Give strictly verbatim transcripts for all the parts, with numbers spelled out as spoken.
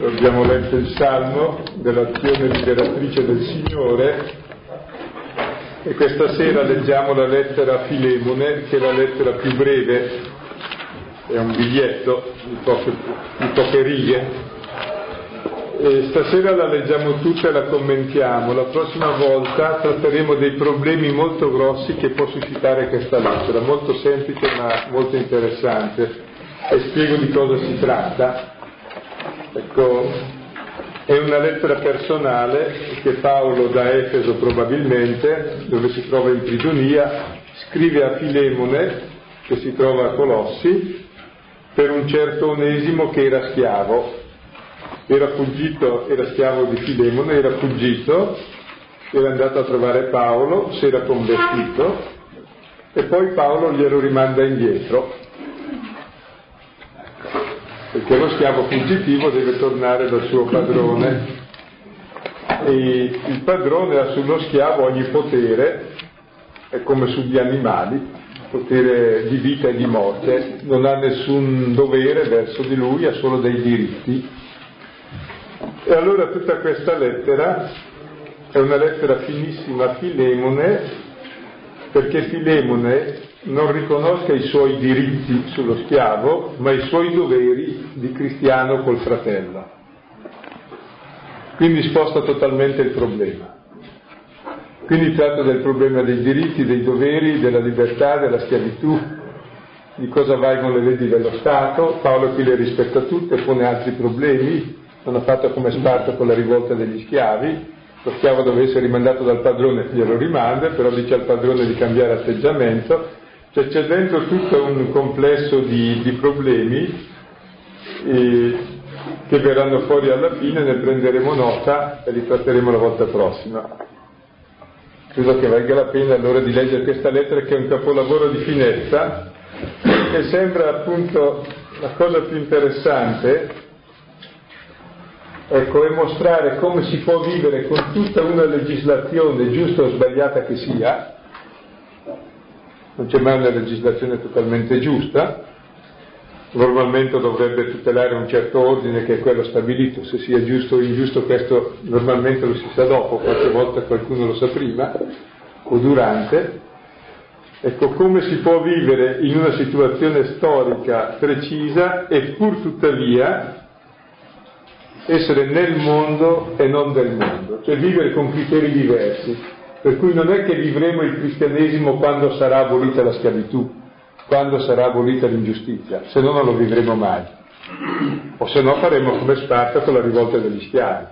Abbiamo letto il Salmo dell'azione liberatrice del Signore e questa sera leggiamo la lettera a Filemone, che è la lettera più breve, è un biglietto di poche, di poche righe. E stasera la leggiamo tutta e la commentiamo. La prossima volta tratteremo dei problemi molto grossi che può suscitare questa lettera, molto semplice ma molto interessante, e spiego di cosa si tratta. Ecco, è una lettera personale che Paolo da Efeso probabilmente, dove si trova in prigionia, scrive a Filemone, che si trova a Colossi, per un certo Onesimo che era schiavo. Era fuggito, era schiavo di Filemone, era fuggito, era andato a trovare Paolo, si era convertito e poi Paolo glielo rimanda indietro, perché lo schiavo fuggitivo deve tornare dal suo padrone e il padrone ha sullo schiavo ogni potere, è come sugli animali, potere di vita e di morte, non ha nessun dovere verso di lui, ha solo dei diritti. E allora tutta questa lettera è una lettera finissima a Filemone, perché Filemone non riconosca i suoi diritti sullo schiavo, ma i suoi doveri di cristiano col fratello. Quindi sposta totalmente il problema. Quindi tratta del problema dei diritti, dei doveri, della libertà, della schiavitù, di cosa valgono le leggi dello Stato. Paolo qui le rispetta tutte, pone altri problemi. Non ha fatto come Sparta con la rivolta degli schiavi, lo schiavo doveva essere rimandato dal padrone, glielo rimanda, però dice al padrone di cambiare atteggiamento. Cioè c'è dentro tutto un complesso di, di problemi eh, che verranno fuori alla fine, ne prenderemo nota e li tratteremo la volta prossima. Credo che valga la pena allora di leggere questa lettera, che è un capolavoro di finezza e sembra appunto la cosa più interessante. Ecco, è mostrare come si può vivere con tutta una legislazione, giusta o sbagliata che sia. Non c'è mai una legislazione totalmente giusta, normalmente dovrebbe tutelare un certo ordine che è quello stabilito, se sia giusto o ingiusto questo normalmente lo si sa dopo, qualche volta qualcuno lo sa prima o durante. Ecco, come si può vivere in una situazione storica precisa e pur tuttavia essere nel mondo e non del mondo, cioè vivere con criteri diversi, per cui non è che vivremo il cristianesimo quando sarà abolita la schiavitù, quando sarà abolita l'ingiustizia, se no non lo vivremo mai, o se no faremo come Sparta con la rivolta degli schiavi.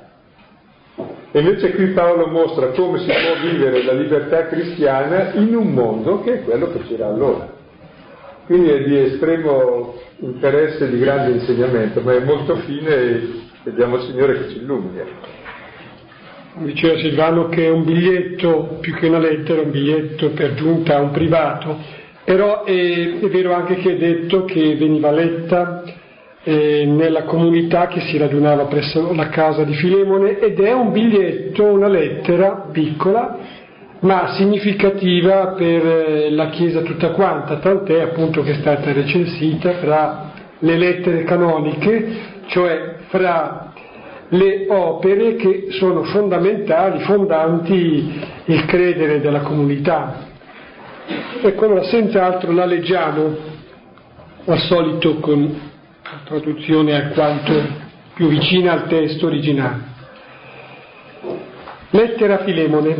E invece qui Paolo mostra come si può vivere la libertà cristiana in un mondo che è quello che c'era allora. Quindi è di estremo interesse, di grande insegnamento, ma è molto fine e vediamo il Signore che ci illumini. Diceva Silvano che è un biglietto, più che una lettera, un biglietto per giunta a un privato, però è, è vero anche che è detto che veniva letta eh, nella comunità che si radunava presso la casa di Filemone, ed è un biglietto, una lettera piccola, ma significativa per la Chiesa tutta quanta, tant'è appunto che è stata recensita fra le lettere canoniche, cioè fra le opere che sono fondamentali, fondanti il credere della comunità. Ecco, allora senz'altro la leggiamo al solito con la traduzione alquanto più vicina al testo originale. Lettera a Filemone.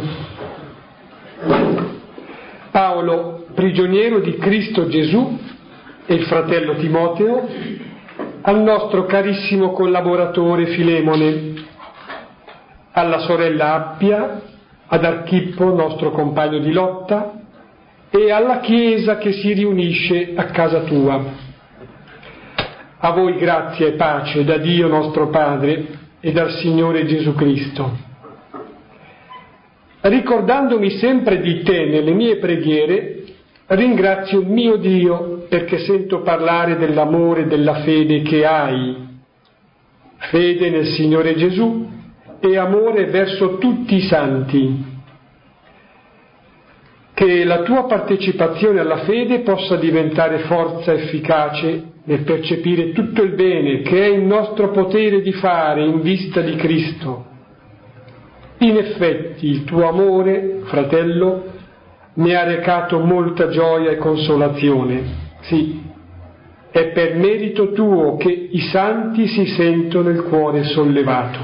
Paolo, prigioniero di Cristo Gesù, e il fratello Timoteo, al nostro carissimo collaboratore Filemone, alla sorella Appia, ad Archippo, nostro compagno di lotta, e alla Chiesa che si riunisce a casa tua. A voi grazia e pace da Dio nostro Padre e dal Signore Gesù Cristo. Ricordandomi sempre di te nelle mie preghiere, ringrazio mio Dio perché sento parlare dell'amore e della fede che hai, fede nel Signore Gesù e amore verso tutti i santi, che la tua partecipazione alla fede possa diventare forza efficace nel percepire tutto il bene che è in nostro potere di fare in vista di Cristo. In effetti il tuo amore, fratello, mi ha recato molta gioia e consolazione. Sì, è per merito tuo che i santi si sentono il cuore sollevato.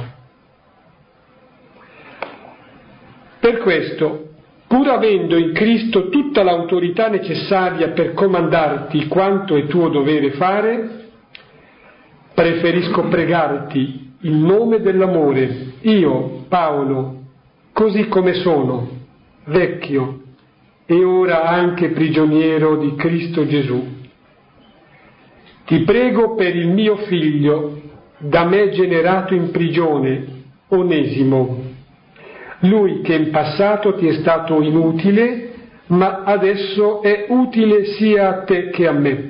Per questo, pur avendo in Cristo tutta l'autorità necessaria per comandarti quanto è tuo dovere fare, preferisco pregarti in nome dell'amore, io, Paolo, così come sono, vecchio e ora anche prigioniero di Cristo Gesù. Ti prego per il mio figlio, da me generato in prigione, Onesimo, lui che in passato ti è stato inutile, ma adesso è utile sia a te che a me.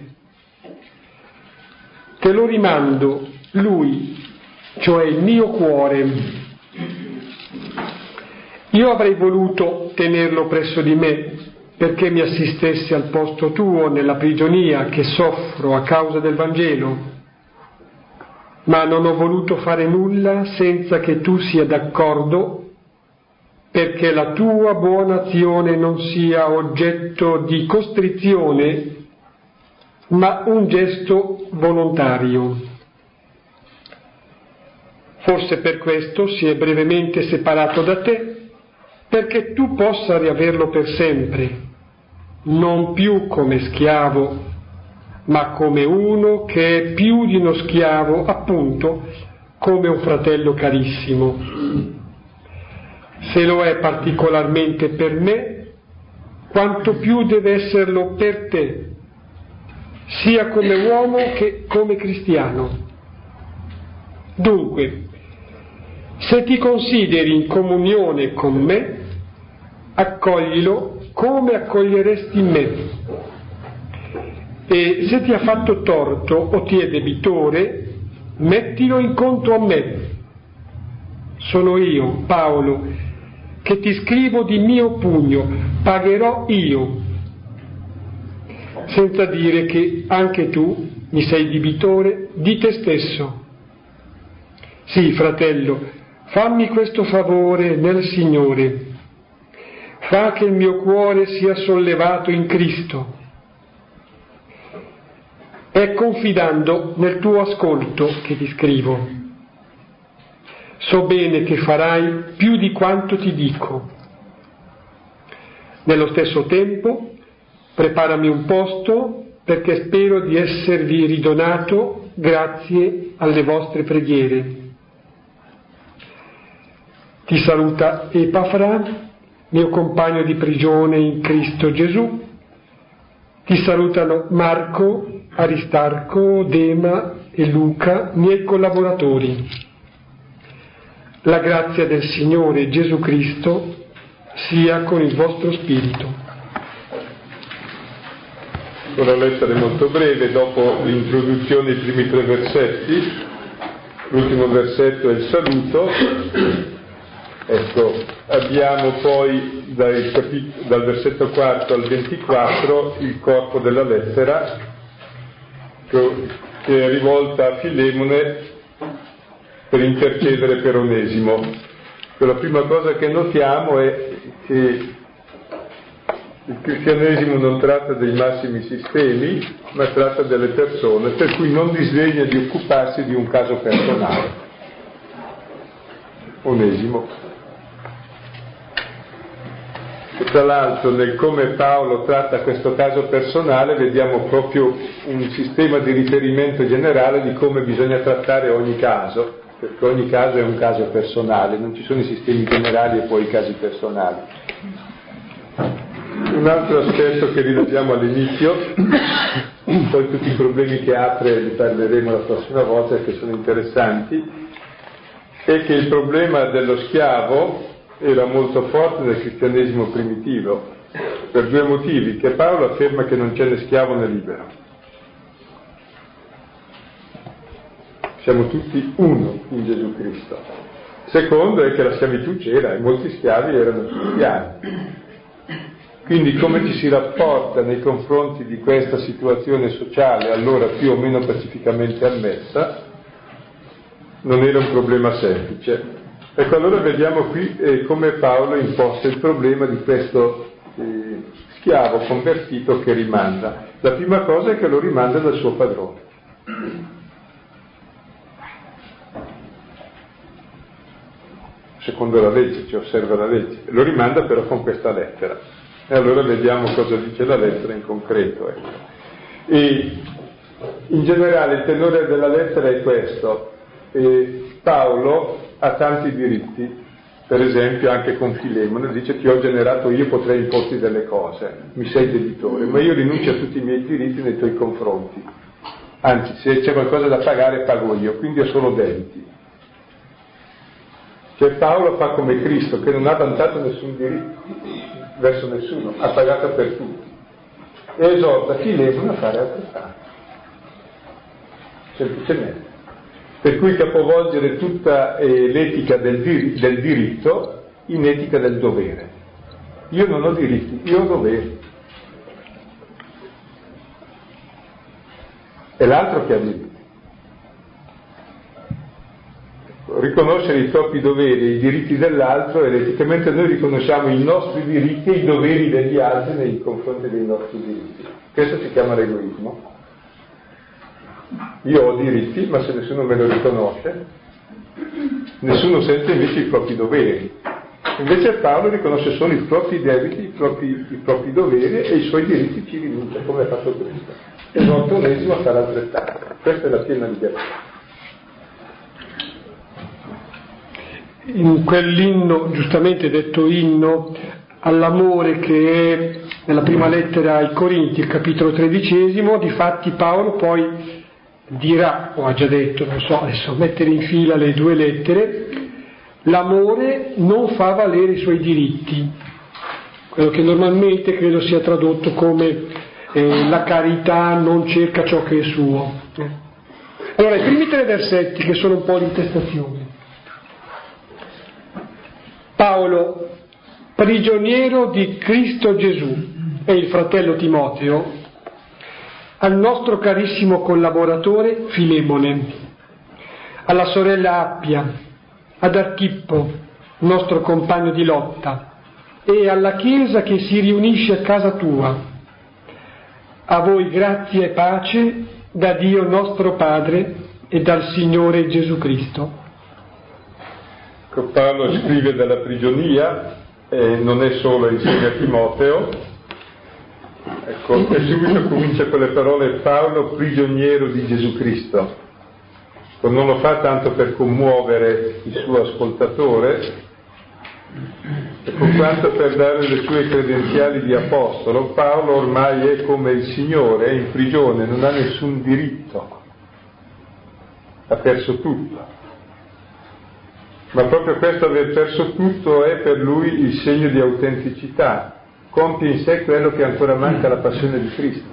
Te lo rimando, lui, cioè il mio cuore. Io avrei voluto tenerlo presso di me, perché mi assistesse al posto tuo nella prigionia che soffro a causa del Vangelo, ma non ho voluto fare nulla senza che tu sia d'accordo, perché la tua buona azione non sia oggetto di costrizione, ma un gesto volontario. Forse per questo si è brevemente separato da te, perché tu possa riaverlo per sempre, non più come schiavo, ma come uno che è più di uno schiavo, appunto, come un fratello carissimo. Se lo è particolarmente per me, quanto più deve esserlo per te, sia come uomo che come cristiano. Dunque, se ti consideri in comunione con me, accoglilo come accoglieresti me. E se ti ha fatto torto o ti è debitore, mettilo in conto a me. Sono io, Paolo, che ti scrivo di mio pugno, pagherò io, senza dire che anche tu mi sei debitore di te stesso. Sì, fratello, fammi questo favore nel Signore, fa che il mio cuore sia sollevato in Cristo. È confidando nel tuo ascolto che ti scrivo. So bene che farai più di quanto ti dico. Nello stesso tempo, preparami un posto, perché spero di esservi ridonato grazie alle vostre preghiere. Ti saluta Epafra, mio compagno di prigione in Cristo Gesù. Ti salutano Marco, Aristarco, Dema e Luca, miei collaboratori. La grazia del Signore Gesù Cristo sia con il vostro spirito. Una lettera molto breve, dopo l'introduzione ai primi tre versetti, l'ultimo versetto è il saluto. Ecco, abbiamo poi dal, capit- dal versetto quarto al ventiquattro il corpo della lettera, che è rivolta a Filemone per intercedere per Onesimo. La prima cosa che notiamo è che il cristianesimo non tratta dei massimi sistemi, ma tratta delle persone, per cui non disdegna di occuparsi di un caso personale. Onesimo. E tra l'altro, nel come Paolo tratta questo caso personale, vediamo proprio un sistema di riferimento generale di come bisogna trattare ogni caso, perché ogni caso è un caso personale, non ci sono i sistemi generali e poi i casi personali. Un altro aspetto che rileviamo all'inizio, poi tutti i problemi che apre li parleremo la prossima volta, che sono interessanti, è che il problema dello schiavo era molto forte nel cristianesimo primitivo, per due motivi: che Paolo afferma che non c'è né schiavo né libero, siamo tutti uno in Gesù Cristo. Secondo è che la schiavitù c'era e molti schiavi erano cristiani. Quindi come ci si rapporta nei confronti di questa situazione sociale, allora più o meno pacificamente ammessa, non era un problema semplice. Ecco, allora vediamo qui eh, come Paolo imposta il problema di questo eh, schiavo convertito che rimanda. La prima cosa è che lo rimanda dal suo padrone. Secondo la legge, ci osserva la legge. Lo rimanda però con questa lettera. E allora vediamo cosa dice la lettera in concreto. Ecco. E in generale il tenore della lettera è questo. E Paolo ha tanti diritti, per esempio anche con Filemone, dice: ti ho generato io, potrei importi delle cose, mi sei debitore, ma io rinuncio a tutti i miei diritti nei tuoi confronti, anzi se c'è qualcosa da pagare pago io, quindi ho solo debiti. Cioè Paolo fa come Cristo, che non ha vantato nessun diritto verso nessuno, ha pagato per tutti, e esorta Filemone a fare altrettanto, semplicemente. Per cui capovolgere tutta eh, l'etica del, dir- del diritto in etica del dovere. Io non ho diritti, io ho doveri. È l'altro che ha diritti. Riconoscere i propri doveri e i diritti dell'altro, e eticamente noi riconosciamo i nostri diritti e i doveri degli altri nei confronti dei nostri diritti. Questo si chiama l'egoismo. Io ho diritti, ma se nessuno me lo riconosce, nessuno sente invece i propri doveri. Invece Paolo riconosce solo i propri debiti, i propri, i propri doveri, e i suoi diritti ci rinuncia, come ha fatto Cristo. Esorta Onesimo a fare altrettanto. Questa è la piena libertà. In quell'inno, giustamente detto inno, all'amore che è nella prima lettera ai Corinti, il capitolo tredicesimo, difatti Paolo poi dirà, o ha già detto, non so, adesso mettere in fila le due lettere, l'amore non fa valere i suoi diritti, quello che normalmente credo sia tradotto come eh, la carità non cerca ciò che è suo. Allora, i primi tre versetti, che sono un po' l'intestazione. Paolo, prigioniero di Cristo Gesù, e il fratello Timoteo, al nostro carissimo collaboratore Filemone, alla sorella Appia, ad Archippo, nostro compagno di lotta, e alla Chiesa che si riunisce a casa tua. A voi grazia e pace da Dio nostro Padre e dal Signore Gesù Cristo. Paolo scrive dalla prigionia, e non è solo insieme a Timoteo. Ecco, e subito comincia con le parole: Paolo, prigioniero di Gesù Cristo. Non lo fa tanto per commuovere il suo ascoltatore, ecco, quanto per dare le sue credenziali di apostolo. Paolo ormai è come il Signore, è in prigione, non ha nessun diritto, ha perso tutto. Ma proprio questo aver perso tutto è per lui il segno di autenticità, compie in sé quello che ancora manca alla passione di Cristo.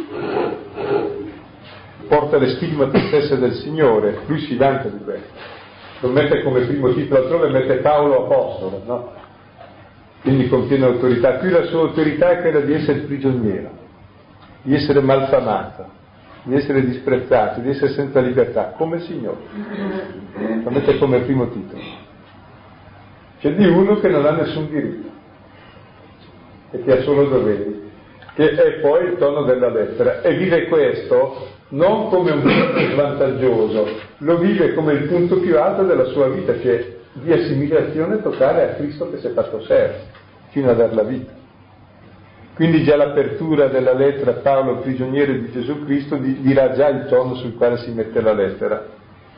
Porta le stigmate stesse del Signore, lui si vanta di questo. Lo mette come primo titolo, altrove mette Paolo apostolo, no? Quindi con piena autorità. Qui la sua autorità è quella di essere prigioniero, di essere malfamato, di essere disprezzato, di essere senza libertà, come il Signore. Lo mette come primo titolo. C'è di uno che non ha nessun diritto e che ha solo doveri, che è poi il tono della lettera, e vive questo non come un punto svantaggioso, lo vive come il punto più alto della sua vita, cioè di assimilazione totale a Cristo che si è fatto servo fino a dar la vita. Quindi già l'apertura della lettera, Paolo prigioniero di Gesù Cristo, dirà già il tono sul quale si mette la lettera.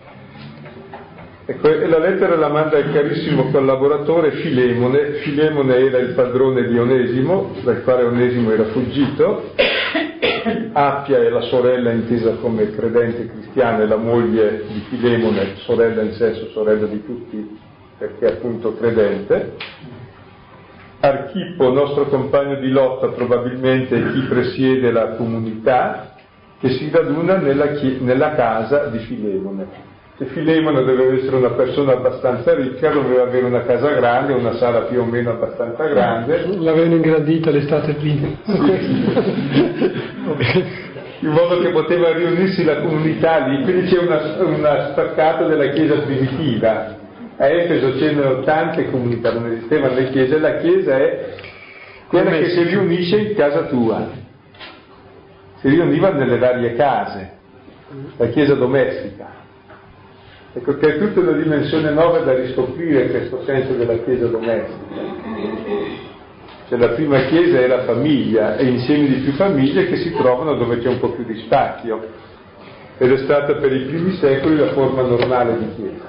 Ecco, e la lettera la manda il carissimo collaboratore Filemone. Filemone era il padrone di Onesimo, dal quale Onesimo era fuggito. Appia è la sorella intesa come credente cristiana, è la moglie di Filemone, sorella in senso sorella di tutti, perché è appunto credente. Archippo, nostro compagno di lotta, probabilmente è chi presiede la comunità che si raduna nella, chie- nella casa di Filemone. E Filemone doveva essere una persona abbastanza ricca, doveva avere una casa grande, una sala più o meno abbastanza grande. L'avevano ingrandita l'estate prima. Sì. In modo che poteva riunirsi la comunità lì, quindi c'è una, una spaccata della chiesa primitiva. A Efeso c'erano tante comunità, non esistevano le chiese, la chiesa è quella che si riunisce in casa tua, si riuniva nelle varie case, la chiesa domestica. Ecco che è tutta una dimensione nuova da riscoprire questo senso della chiesa domestica. Cioè la prima chiesa è la famiglia e insieme di più famiglie che si trovano dove c'è un po' più di spazio, ed è stata per i primi secoli la forma normale di chiesa.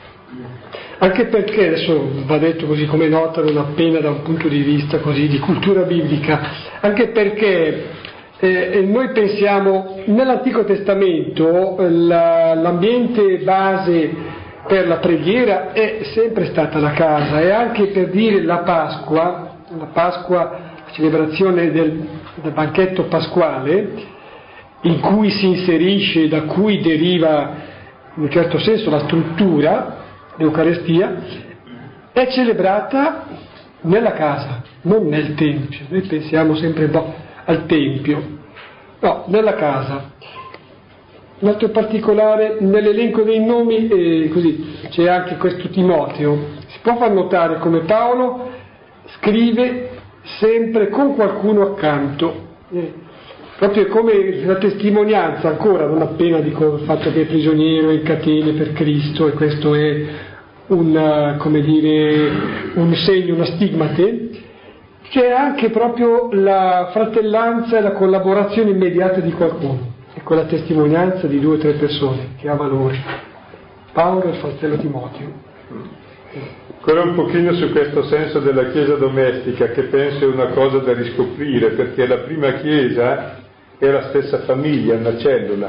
Anche perché, adesso va detto così come nota, non appena da un punto di vista così di cultura biblica, anche perché eh, noi pensiamo, nell'Antico Testamento la, l'ambiente base per la preghiera è sempre stata la casa, e anche per dire la Pasqua, la Pasqua, la celebrazione del, del banchetto pasquale, in cui si inserisce, da cui deriva in un certo senso la struttura, l'Eucarestia, è celebrata nella casa, non nel Tempio. Noi pensiamo sempre boh, al Tempio, no, nella casa. Un altro particolare, nell'elenco dei nomi, eh, così, c'è anche questo Timoteo. Si può far notare come Paolo scrive sempre con qualcuno accanto, eh, proprio come la testimonianza, ancora non appena dico il fatto che è prigioniero in catene per Cristo, e questo è un, come dire, un segno, una stigmate. C'è anche proprio la fratellanza e la collaborazione immediata di qualcuno, e quella testimonianza di due o tre persone che ha valore. Paolo e il fratello Timoteo. Ancora un pochino su questo senso della chiesa domestica, che penso è una cosa da riscoprire, perché la prima chiesa è la stessa famiglia, una cellula.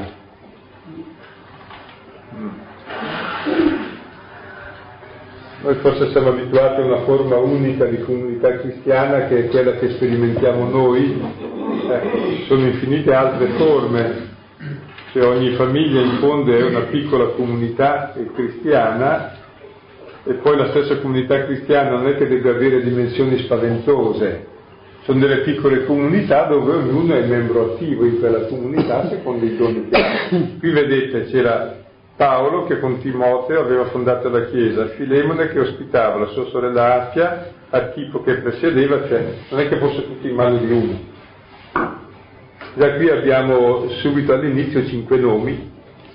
Noi forse siamo abituati a una forma unica di comunità cristiana, che è quella che sperimentiamo noi. Ecco, ci sono infinite altre forme, cioè ogni famiglia in fondo è una piccola comunità cristiana, e poi la stessa comunità cristiana non è che deve avere dimensioni spaventose, sono delle piccole comunità dove ognuno è membro attivo in quella comunità secondo i doni che ha. Qui vedete c'era Paolo che con Timoteo aveva fondato la chiesa, Filemone che ospitava, la sua sorella Appia, Archipo che presiedeva, cioè non è che fosse tutto in mano di uno. Da qui abbiamo subito all'inizio cinque nomi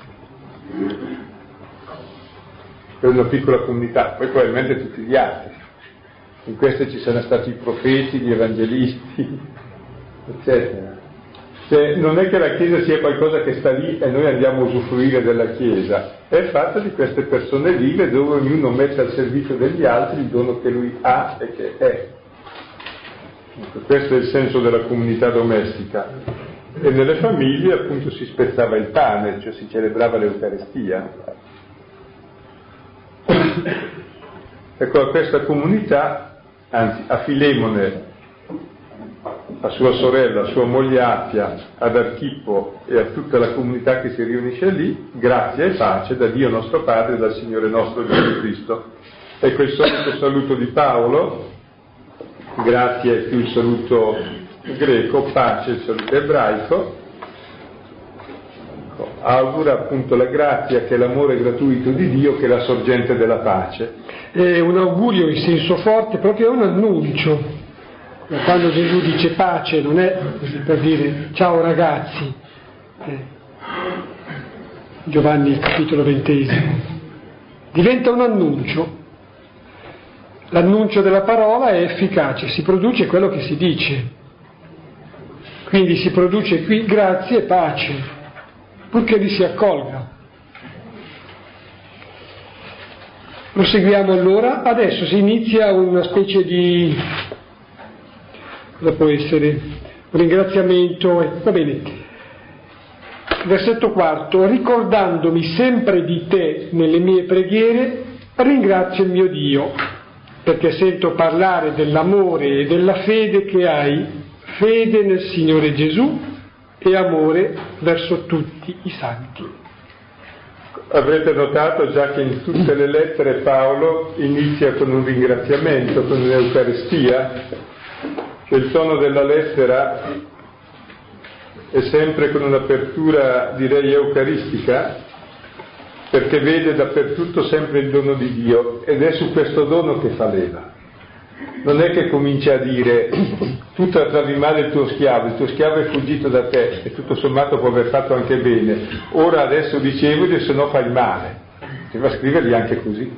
per una piccola comunità, poi probabilmente tutti gli altri. In queste ci sono stati i profeti, gli evangelisti, eccetera. Cioè, non è che la Chiesa sia qualcosa che sta lì e noi andiamo a usufruire della Chiesa, è fatta di queste persone vive dove ognuno mette al servizio degli altri il dono che lui ha e che è. Ecco, questo è il senso della comunità domestica. E nelle famiglie appunto si spezzava il pane, cioè si celebrava l'Eucarestia. Ecco, a questa comunità, anzi a Filemone, a sua sorella, a sua moglie Appia, ad Archippo e a tutta la comunità che si riunisce lì, grazia e pace da Dio nostro Padre e dal Signore nostro Gesù Cristo. Ecco il solito saluto di Paolo, grazia è più il saluto greco, pace il saluto ebraico. Ecco, augura appunto la grazia che è l'amore gratuito di Dio, che è la sorgente della pace. È un augurio in senso forte, proprio un annuncio. Quando Gesù dice pace non è così per dire ciao ragazzi, eh, Giovanni capitolo ventesimo, diventa un annuncio. L'annuncio della parola è efficace, si produce quello che si dice, quindi si produce qui grazia e pace, purché li si accolga. Proseguiamo allora, adesso si inizia una specie di, cosa può essere, un ringraziamento, eh, va bene. Versetto quarto, ricordandomi sempre di te nelle mie preghiere, ringrazio il mio Dio, perché sento parlare dell'amore e della fede che hai, fede nel Signore Gesù e amore verso tutti i santi. Avrete notato già che in tutte le lettere Paolo inizia con un ringraziamento, con un'Eucaristia, che il tono della lettera è sempre con un'apertura, direi, eucaristica, perché vede dappertutto sempre il dono di Dio, ed è su questo dono che fa leva. Non è che comincia a dire tu trattavi male il tuo schiavo, il tuo schiavo è fuggito da te e tutto sommato può aver fatto anche bene, ora adesso ricevili se no fai male. Deve scriverli anche così.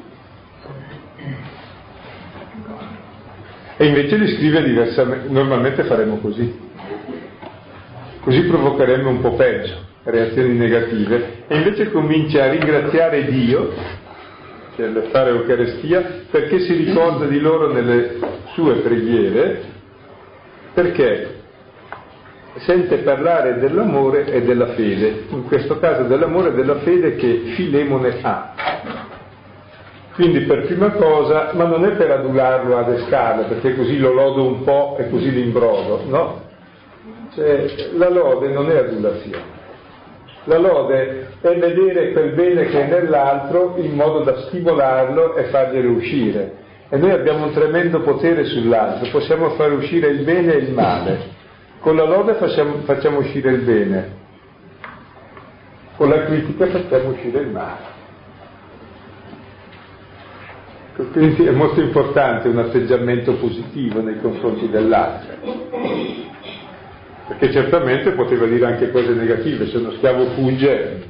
E invece li scrive diversamente, normalmente faremo così. Così provocheremmo un po' peggio, reazioni negative, e invece comincia a ringraziare Dio, cioè nel fare Eucaristia, perché si ricorda di loro nelle sue preghiere, perché sente parlare dell'amore e della fede, in questo caso dell'amore e della fede che Filemone ha. Quindi per prima cosa, ma non è per adularlo, adescarlo, perché così lo lodo un po' e così l'imbrodo, no? Cioè, la lode non è adulazione. La lode è vedere quel bene che è nell'altro in modo da stimolarlo e farglielo uscire. E noi abbiamo un tremendo potere sull'altro, possiamo fare uscire il bene e il male. Con la lode facciamo, facciamo uscire il bene, con la critica facciamo uscire il male. Quindi è molto importante un atteggiamento positivo nei confronti dell'altro, perché certamente poteva dire anche cose negative, se uno schiavo fugge,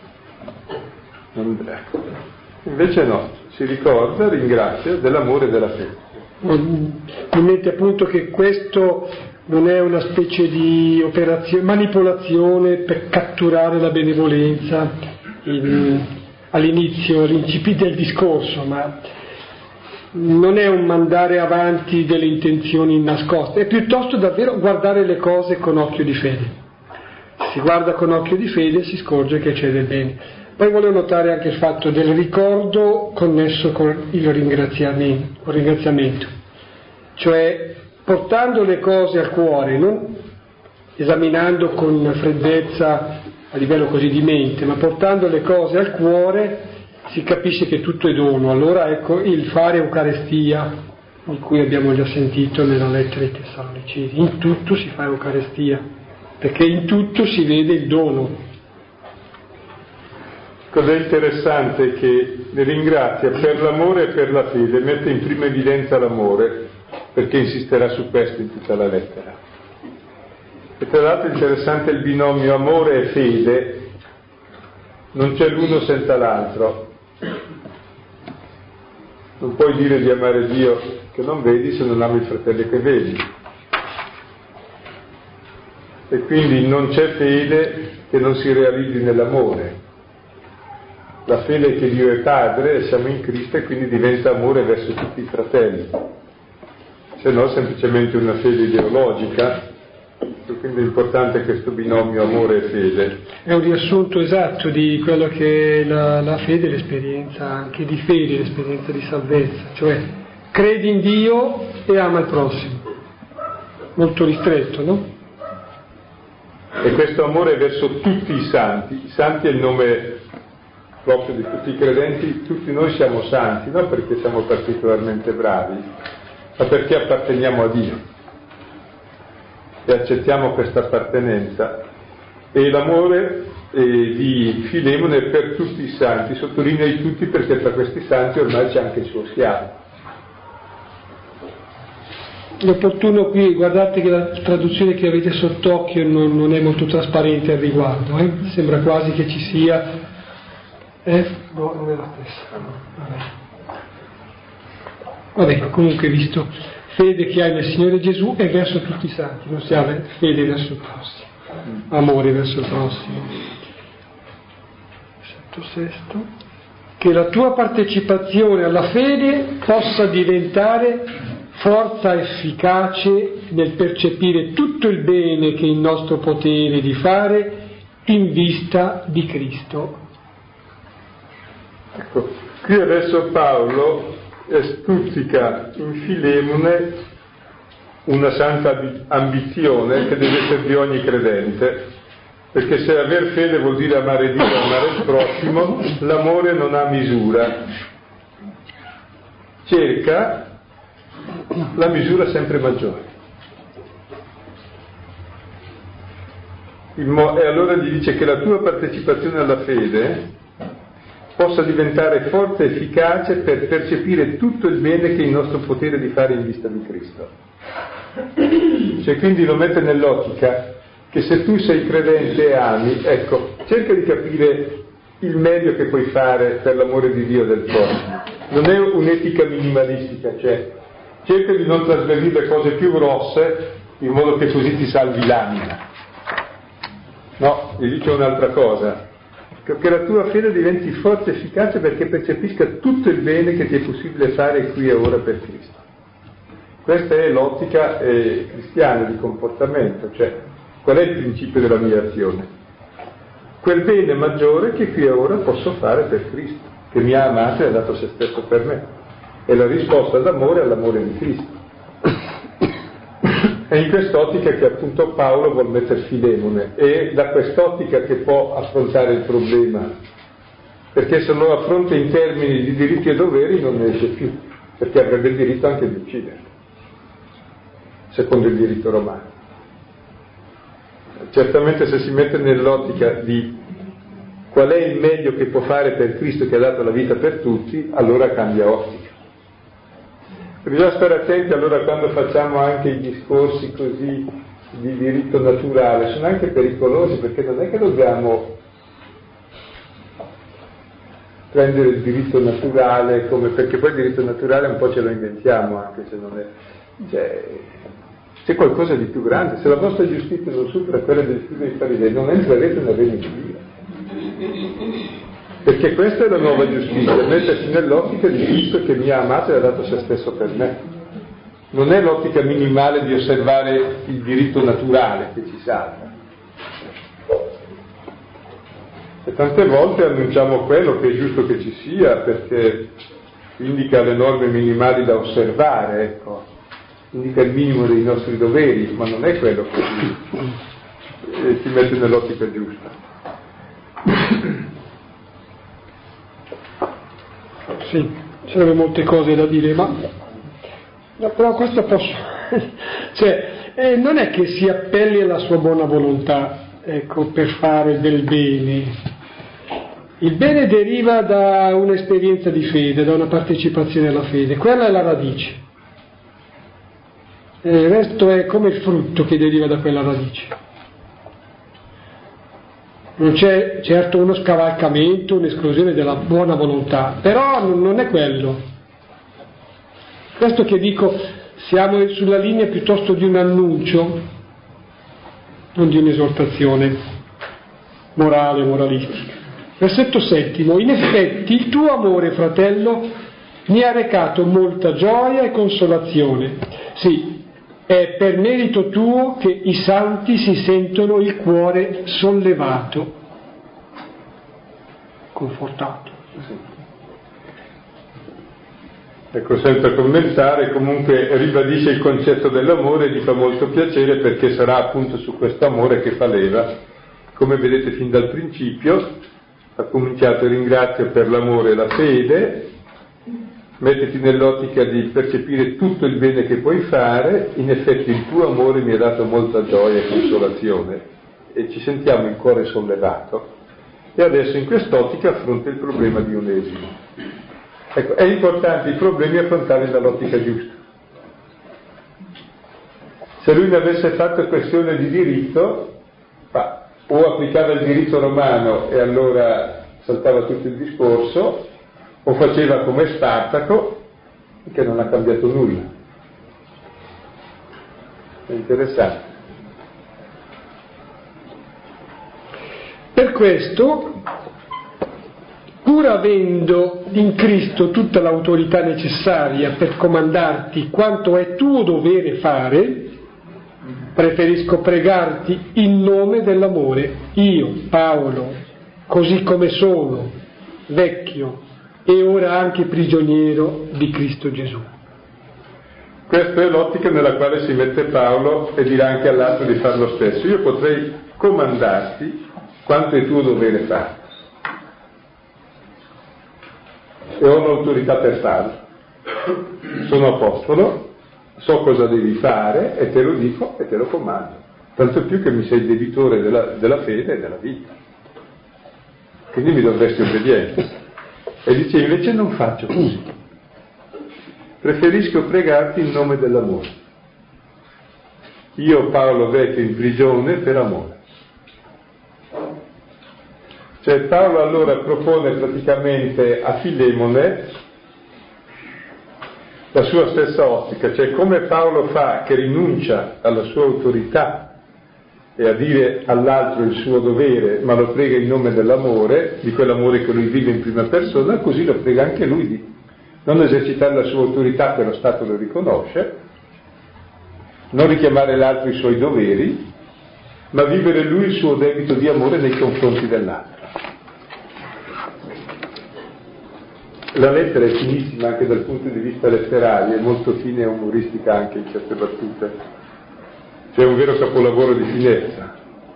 invece no, si ricorda, ringrazia dell'amore e della fede. Mi mette appunto che questo non è una specie di operazione, manipolazione per catturare la benevolenza in, all'inizio, all'incipit del discorso, ma non è un mandare avanti delle intenzioni nascoste, è piuttosto davvero guardare le cose con occhio di fede. Se si guarda con occhio di fede si scorge che c'è del bene. Poi volevo notare anche il fatto del ricordo connesso con il ringraziamento, con il ringraziamento. Cioè portando le cose al cuore, non esaminando con freddezza a livello così di mente, ma portando le cose al cuore si capisce che tutto è dono. Allora ecco il fare Eucaristia, di cui abbiamo già sentito nella lettera ai Tessalonicesi, in tutto si fa Eucaristia, perché in tutto si vede il dono. Cos'è interessante che ne ringrazia per l'amore e per la fede, mette in prima evidenza l'amore, perché insisterà su questo in tutta la lettera. E tra l'altro è interessante il binomio amore e fede, non c'è l'uno senza l'altro. Non puoi dire di amare Dio che non vedi se non ami il fratello che vedi. E quindi non c'è fede che non si realizzi nell'amore. La fede è che Dio è Padre e siamo in Cristo e quindi diventa amore verso tutti i fratelli. Se no semplicemente una fede ideologica. Quindi è importante questo binomio amore e fede. È un riassunto esatto di quello che è la, la fede, l'esperienza anche di fede, l'esperienza di salvezza, cioè credi in Dio e ama il prossimo. Molto ristretto, no? E questo amore verso tutti i santi, i santi è il nome proprio di tutti i credenti, tutti noi siamo santi, non perché siamo particolarmente bravi, ma perché apparteniamo a Dio. E accettiamo questa appartenenza, e l'amore eh, di Filemone è per tutti i santi, sottolinea i tutti perché tra questi santi ormai c'è anche il suo schiavo. L'opportuno qui, guardate che la traduzione che avete sott'occhio non, non è molto trasparente al riguardo, eh? Sembra quasi che ci sia, eh? No, non è la stessa. Vabbè. Vabbè, comunque visto. Fede che hai nel Signore Gesù è verso tutti i santi, non si ha fede verso il prossimo, amore verso il prossimo. Versetto sesto. Che la tua partecipazione alla fede possa diventare forza efficace nel percepire tutto il bene che è in nostro potere di fare in vista di Cristo. Ecco, qui adesso Paolo stuzzica in Filemone una santa ambizione che deve essere di ogni credente, perché se aver fede vuol dire amare Dio e amare il prossimo, l'amore non ha misura. Cerca la misura sempre maggiore. Il mo- e allora gli dice che la tua partecipazione alla fede possa diventare forte e efficace per percepire tutto il bene che è in nostro potere di fare in vista di Cristo. Cioè, quindi lo mette nell'ottica che se tu sei credente e ami, ecco, cerca di capire il meglio che puoi fare per l'amore di Dio e del prossimo. Non è un'etica minimalistica, cioè cerca di non trasgredire le cose più grosse in modo che così ti salvi l'anima. No, gli dice un'altra cosa, che la tua fede diventi forte e efficace perché percepisca tutto il bene che ti è possibile fare qui e ora per Cristo. Questa è l'ottica eh, cristiana di comportamento, cioè qual è il principio della mia azione? Quel bene maggiore che qui e ora posso fare per Cristo, che mi ha amato e ha dato se stesso per me. È la risposta all'amore all'amore di Cristo. È in quest'ottica che appunto Paolo vuol mettere Filemone, e da quest'ottica che può affrontare il problema, perché se lo affronta in termini di diritti e doveri non ne esce più, perché avrebbe il diritto anche di uccidere, secondo il diritto romano. Certamente se si mette nell'ottica di qual è il meglio che può fare per Cristo che ha dato la vita per tutti, allora cambia ottica. Bisogna stare attenti allora quando facciamo anche i discorsi così di diritto naturale, sono anche pericolosi, perché non è che dobbiamo prendere il diritto naturale come, perché poi il diritto naturale un po' ce lo inventiamo, anche se non è, cioè, c'è qualcosa di più grande. Se la vostra giustizia non supera quella degli studi dei farisei, non entrerete nel regno di Dio. Perché questa è la nuova giustizia, mettersi nell'ottica di Cristo che mi ha amato e ha dato se stesso per me. Non è l'ottica minimale di osservare il diritto naturale che ci salva. E tante volte annunciamo quello che è giusto che ci sia, perché indica le norme minimali da osservare, ecco, indica il minimo dei nostri doveri, ma non è quello che ci, ci mette nell'ottica giusta. Sì, ci sarebbe molte cose da dire, ma no, però questo posso, cioè eh, non è che si appelli alla sua buona volontà, ecco, per fare del bene. Il bene deriva da un'esperienza di fede, da una partecipazione alla fede, quella è la radice. E il resto è come il frutto che deriva da quella radice. Non c'è certo uno scavalcamento, un'esclusione della buona volontà, però non è quello. Questo che dico, siamo sulla linea piuttosto di un annuncio, non di un'esortazione morale, moralistica. Versetto settimo: in effetti il tuo amore, fratello, mi ha recato molta gioia e consolazione. Sì, è per merito tuo che i santi si sentono il cuore sollevato, confortato. Ecco, senza commentare, comunque ribadisce il concetto dell'amore e gli fa molto piacere, perché sarà appunto su questo amore che fa leva. Come vedete fin dal principio, ha cominciato: ringrazio per l'amore e la fede, mettiti nell'ottica di percepire tutto il bene che puoi fare, in effetti il tuo amore mi ha dato molta gioia e consolazione, e ci sentiamo il cuore sollevato. E adesso in quest'ottica affronta il problema di Onesimo. Ecco, è importante i problemi affrontarli dall'ottica giusta. Se lui ne avesse fatto questione di diritto, bah, o applicava il diritto romano e allora saltava tutto il discorso, o faceva come Spartaco, che non ha cambiato nulla. È interessante. Per questo, pur avendo in Cristo tutta l'autorità necessaria per comandarti quanto è tuo dovere fare, preferisco pregarti in nome dell'amore, io, Paolo, così come sono, vecchio, e ora anche prigioniero di Cristo Gesù. Questa è l'ottica nella quale si mette Paolo e dirà anche all'altro di fare lo stesso. Io potrei comandarti quanto è tuo dovere fare e ho l'autorità per farlo. Sono apostolo, so cosa devi fare e te lo dico e te lo comando, tanto più che mi sei debitore della, della fede e della vita, quindi mi dovresti obbedienza. E dice invece non faccio così, preferisco pregarti in nome dell'amore. Io Paolo vecchio in prigione per amore. Cioè Paolo allora propone praticamente a Filemone la sua stessa ottica, cioè come Paolo fa che rinuncia alla sua autorità e a dire all'altro il suo dovere, ma lo prega in nome dell'amore, di quell'amore che lui vive in prima persona, così lo prega anche lui di non esercitare la sua autorità che lo Stato lo riconosce, non richiamare l'altro i suoi doveri, ma vivere lui il suo debito di amore nei confronti dell'altro. La lettera è finissima anche dal punto di vista letterario, è molto fine e umoristica anche in certe battute. C'è un vero capolavoro di finezza.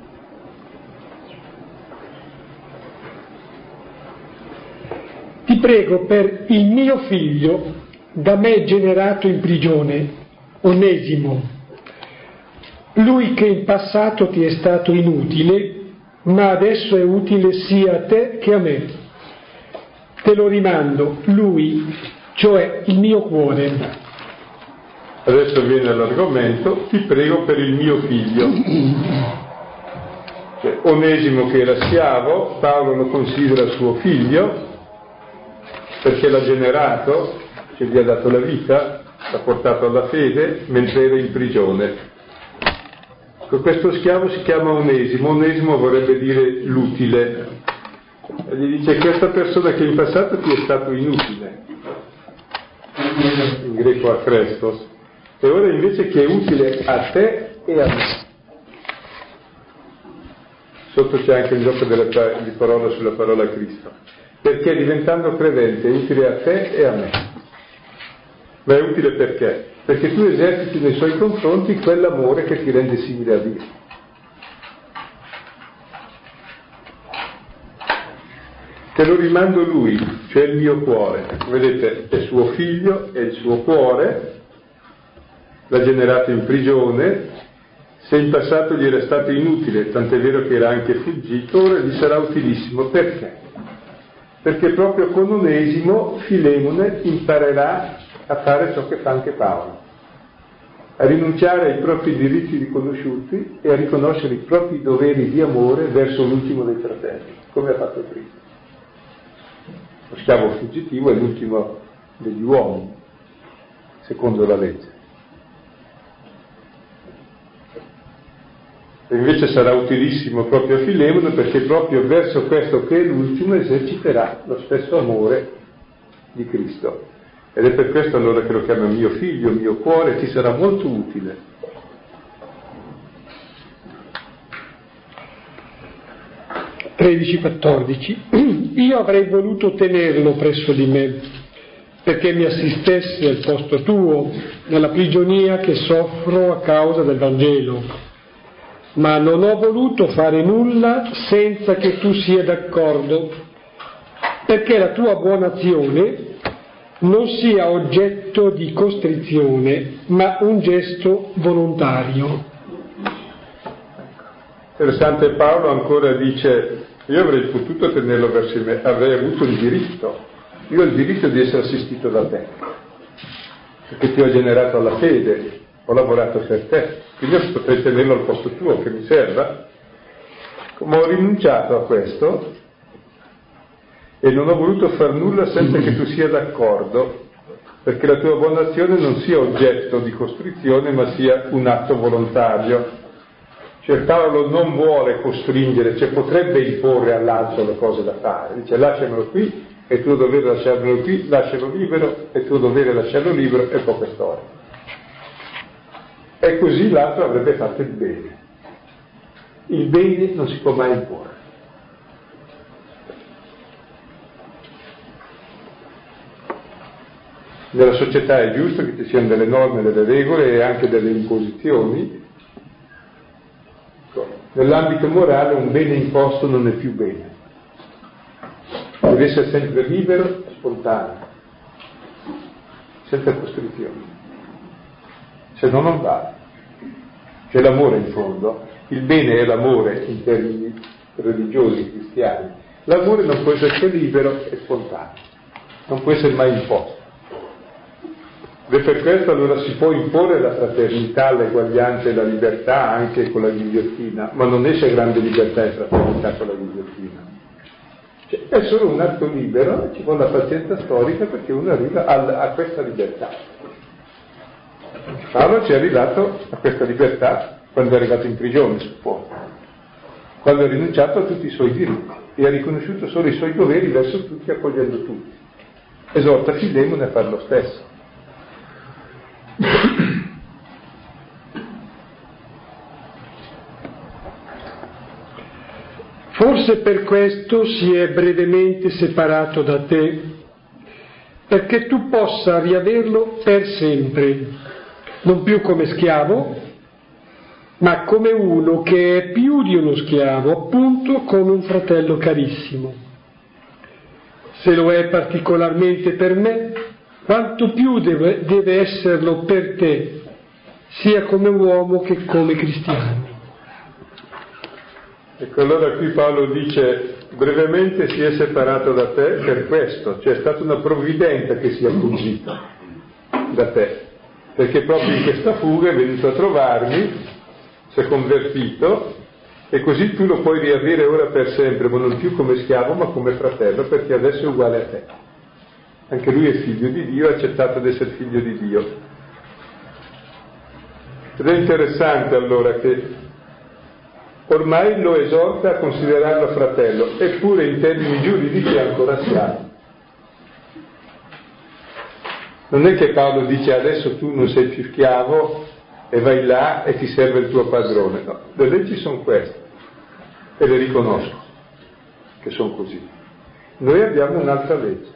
Ti prego per il mio figlio, da me generato in prigione, Onesimo, lui che in passato ti è stato inutile, ma adesso è utile sia a te che a me. Te lo rimando, lui, cioè il mio cuore. Adesso viene l'argomento, ti prego per il mio figlio. Cioè, Onesimo che era schiavo, Paolo lo considera suo figlio, perché l'ha generato, cioè gli ha dato la vita, l'ha portato alla fede, mentre era in prigione. Questo schiavo si chiama Onesimo, Onesimo vorrebbe dire l'utile. E gli dice questa persona che in passato ti è stato inutile, in greco akrestos, e ora invece che è utile a te e a me. Sotto c'è anche il gioco della, di parola sulla parola Cristo, perché diventando credente è utile a te e a me. Ma è utile perché? Perché tu eserciti nei suoi confronti quell'amore che ti rende simile a Dio. Te lo rimando lui, cioè il mio cuore. Vedete, è suo figlio, è il suo cuore, l'ha generato in prigione, se in passato gli era stato inutile, tant'è vero che era anche fuggito, ora gli sarà utilissimo. Perché? Perché proprio con Onesimo Filemone imparerà a fare ciò che fa anche Paolo, a rinunciare ai propri diritti riconosciuti e a riconoscere i propri doveri di amore verso l'ultimo dei fratelli, come ha fatto Cristo. Lo schiavo fuggitivo è l'ultimo degli uomini, secondo la legge. E invece sarà utilissimo proprio a Filemone, perché proprio verso questo che è l'ultimo eserciterà lo stesso amore di Cristo. Ed è per questo allora che lo chiama mio figlio, mio cuore, ti sarà molto utile. tredici quattordici Io avrei voluto tenerlo presso di me, perché mi assistesse al posto tuo, nella prigionia che soffro a causa del Vangelo, ma non ho voluto fare nulla senza che tu sia d'accordo, perché la tua buona azione non sia oggetto di costrizione, ma un gesto volontario. Interessante, Paolo ancora dice: io avrei potuto tenerlo verso di me, avrei avuto il diritto, io ho il diritto di essere assistito da te, perché ti ho generato alla fede, ho lavorato per te, quindi io potrei tenerlo al posto tuo che mi serva, ma ho rinunciato a questo e non ho voluto far nulla senza che tu sia d'accordo, perché la tua buona azione non sia oggetto di costrizione, ma sia un atto volontario. Cioè Paolo non vuole costringere, cioè potrebbe imporre all'altro le cose da fare, dice lasciamelo qui, è tuo dovere lasciarmelo qui, lascialo libero, è tuo dovere lasciarlo libero, e poche storie. E così l'altro avrebbe fatto il bene. Il bene non si può mai imporre. Nella società è giusto che ci siano delle norme, delle regole e anche delle imposizioni. Nell'ambito morale un bene imposto non è più bene, deve essere sempre libero e spontaneo, senza costrizioni, se no non vale. C'è l'amore in fondo, il bene è l'amore in termini religiosi, cristiani. L'amore non può essere che libero e spontaneo, non può essere mai imposto. Ed è per questo allora si può imporre la fraternità, l'eguaglianza e la libertà anche con la ghigliottina, ma non esce grande libertà e fraternità con la ghigliottina. Cioè, è solo un atto libero e ci vuole la pazienza storica perché uno arriva a, a questa libertà. Paolo ci è arrivato a questa libertà quando è arrivato in prigione, suppone, quando ha rinunciato a tutti i suoi diritti e ha riconosciuto solo i suoi doveri verso tutti, accogliendo tutti. Esorta Filemone a fare lo stesso. Forse per questo si è brevemente separato da te, perché tu possa riaverlo per sempre, non più come schiavo, ma come uno che è più di uno schiavo, appunto come un fratello carissimo. Se lo è particolarmente per me, quanto più deve, deve esserlo per te, sia come uomo che come cristiano. Ecco, allora qui Paolo dice, brevemente si è separato da te per questo, cioè è stata una provvidenza che si è fuggito da te, perché proprio in questa fuga è venuto a trovarmi, si è convertito, e così tu lo puoi riavere ora per sempre, ma non più come schiavo, ma come fratello, perché adesso è uguale a te. Anche lui è figlio di Dio, ha accettato di essere figlio di Dio. Ed è interessante allora che ormai lo esorta a considerarlo fratello, eppure in termini giuridici è ancora schiavo. Non è che Paolo dice adesso tu non sei più schiavo e vai là e ti serve il tuo padrone. No, le leggi sono queste e le riconosco che sono così. Noi abbiamo un'altra legge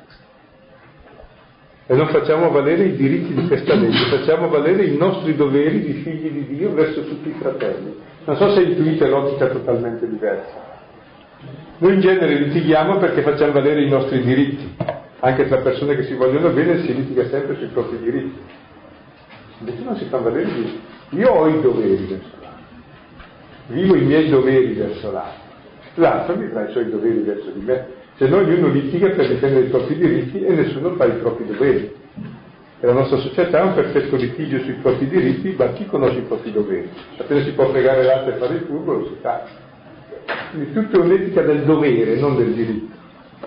e non facciamo valere i diritti di questa legge, facciamo valere i nostri doveri di figli di Dio verso tutti i fratelli. Non so se intuite logica totalmente diversa. Noi in genere litighiamo perché facciamo valere i nostri diritti, anche tra persone che si vogliono bene si litiga sempre sui propri diritti. Invece non si fanno valere i diritti. Io ho i doveri verso l'altro, vivo i miei doveri verso l'altro, l'altro vivrà i suoi doveri verso di me. Se no ognuno litiga per difendere i propri diritti e nessuno fa i propri doveri. E la nostra società è un perfetto litigio sui propri diritti, ma chi conosce i propri doveri? Appena si può fregare l'altro e fare il furbo lo si fa. Quindi tutta un'etica del dovere, non del diritto.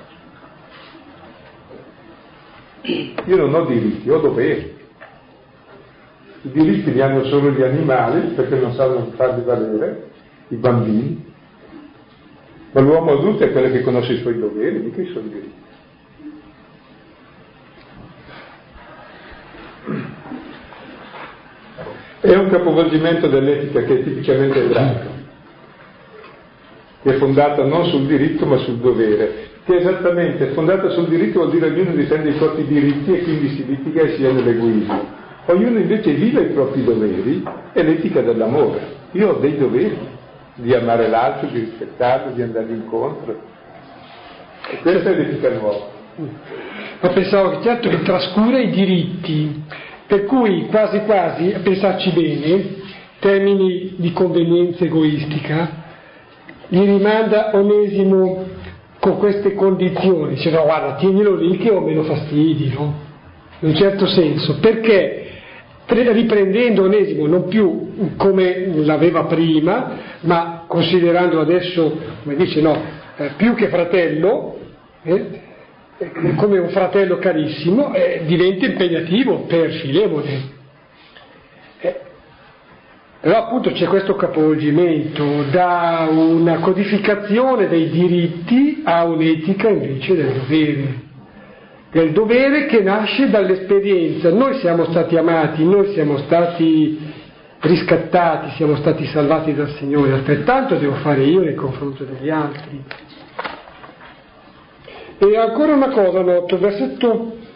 Io non ho diritti, ho doveri. I diritti li hanno solo gli animali perché non sanno farli valere, i bambini. Ma l'uomo adulto è quello che conosce i suoi doveri, mica i suoi diritti. È un capovolgimento dell'etica che è tipicamente ebraico, che è fondata non sul diritto ma sul dovere, che esattamente è fondata sul diritto vuol dire ognuno difende i propri diritti e quindi si litiga e si è nell'egoismo. Ognuno invece vive i propri doveri, è l'etica dell'amore. Io ho dei doveri di amare l'altro, di rispettarlo, di andargli incontro. E questa è l'etica nuova. Ma pensavo che certo che trascura i diritti, per cui quasi quasi, a pensarci bene, termini di convenienza egoistica, gli rimanda Onesimo con queste condizioni, dice no guarda tienilo lì che ho meno fastidi, no? In un certo senso, perché riprendendo Onesimo non più come l'aveva prima, ma considerandolo adesso, come dice no, eh, più che fratello, eh, come un fratello carissimo, eh, diventa impegnativo per Filemone. Eh, però appunto c'è questo capovolgimento da una codificazione dei diritti a un'etica invece del dovere. Del dovere che nasce dall'esperienza. Noi siamo stati amati, noi siamo stati riscattati, siamo stati salvati dal Signore, altrettanto devo fare io nei confronti degli altri. E ancora una cosa noto, versetto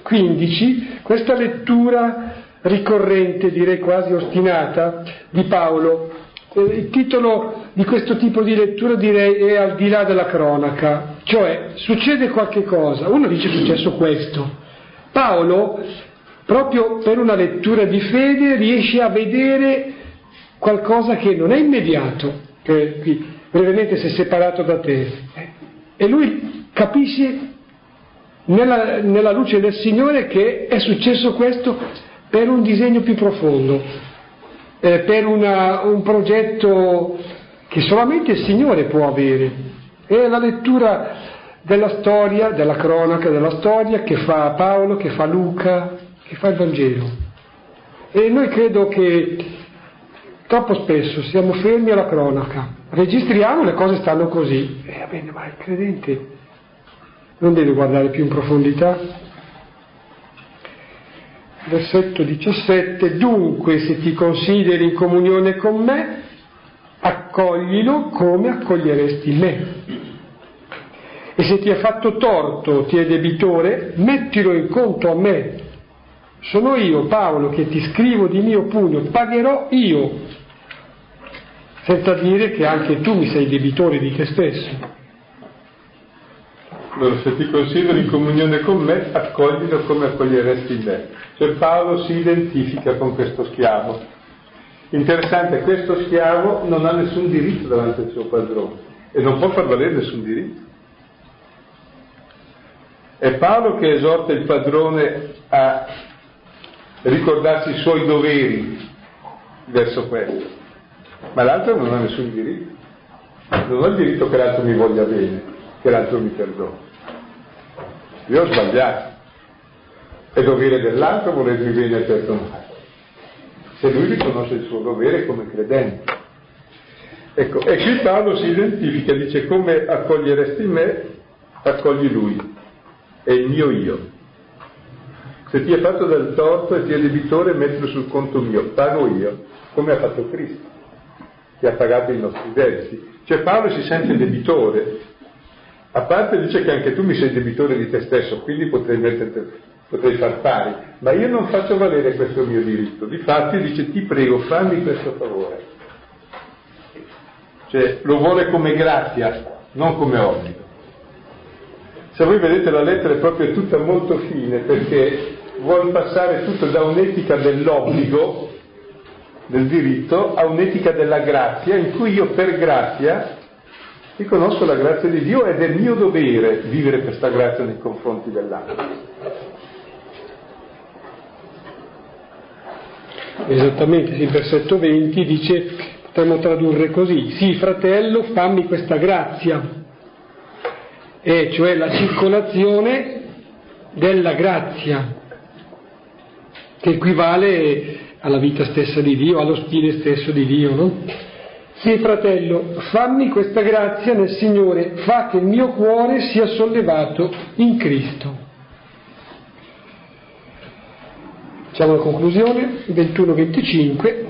quindici, questa lettura ricorrente, direi quasi ostinata, di Paolo. Il titolo di questo tipo di lettura, direi, è Al di là della cronaca, cioè succede qualche cosa, uno dice è successo questo. Paolo, proprio per una lettura di fede, riesce a vedere qualcosa che non è immediato, che qui brevemente si è separato da te, e lui capisce nella, nella luce del Signore che è successo questo per un disegno più profondo, eh, per una, un progetto che solamente il Signore può avere. È la lettura della storia, della cronaca della storia che fa Paolo, che fa Luca, che fa il Vangelo. E noi credo che troppo spesso siamo fermi alla cronaca, registriamo, le cose stanno così, e va bene, ma il credente non deve guardare più in profondità. Versetto diciassette, dunque se ti consideri in comunione con me, accoglilo come accoglieresti me. E se ti è fatto torto, ti è debitore, mettilo in conto a me. Sono io, Paolo, che ti scrivo di mio pugno, pagherò io. Senza dire che anche tu mi sei debitore di te stesso. Allora, se ti consideri in comunione con me, accoglilo come accoglieresti me. Cioè Paolo si identifica con questo schiavo. Interessante, questo schiavo non ha nessun diritto davanti al suo padrone e non può far valere nessun diritto. È Paolo che esorta il padrone a ricordarsi i suoi doveri verso questo, ma l'altro non ha nessun diritto. Non ho il diritto che l'altro mi voglia bene, che l'altro mi perdoni. Io ho sbagliato. È dovere dell'altro volermi bene e perdonare, se lui riconosce il suo dovere come credente. Ecco, e qui Paolo si identifica, dice: come accoglieresti me, accogli lui, è il mio io. Se ti è fatto del torto e ti è debitore, mettilo sul conto mio, pago io, come ha fatto Cristo, che ha pagato i nostri debiti. Cioè Paolo si sente debitore, a parte dice che anche tu mi sei debitore di te stesso, quindi potrei metterti, potrei far pari, ma io non faccio valere questo mio diritto. Difatti dice: ti prego, fammi questo favore. Cioè lo vuole come grazia, non come obbligo. Se voi vedete la lettera è proprio tutta molto fine, perché vuol passare tutto da un'etica dell'obbligo, del diritto, a un'etica della grazia, in cui io per grazia riconosco la grazia di Dio ed è mio dovere vivere questa grazia nei confronti dell'altro. Esattamente, il versetto venti dice, potremmo tradurre così: sì, fratello, fammi questa grazia, e cioè la circolazione della grazia, che equivale alla vita stessa di Dio, allo stile stesso di Dio, no? Sì, fratello, fammi questa grazia nel Signore, fa che il mio cuore sia sollevato in Cristo. Facciamo la conclusione, ventuno venticinque,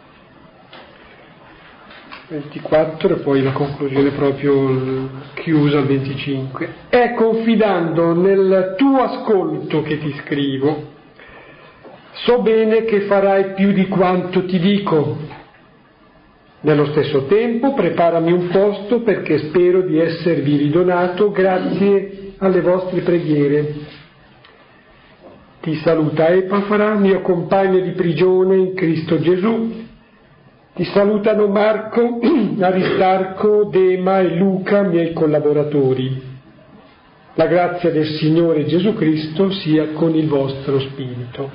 ventiquattro e poi la conclusione proprio chiusa al venticinque. È confidando nel tuo ascolto che ti scrivo. So bene che farai più di quanto ti dico. Nello stesso tempo preparami un posto, perché spero di esservi ridonato grazie alle vostre preghiere. Ti saluta Epafra, mio compagno di prigione in Cristo Gesù. Ti salutano Marco, Aristarco, Dema e Luca, miei collaboratori. La grazia del Signore Gesù Cristo sia con il vostro spirito.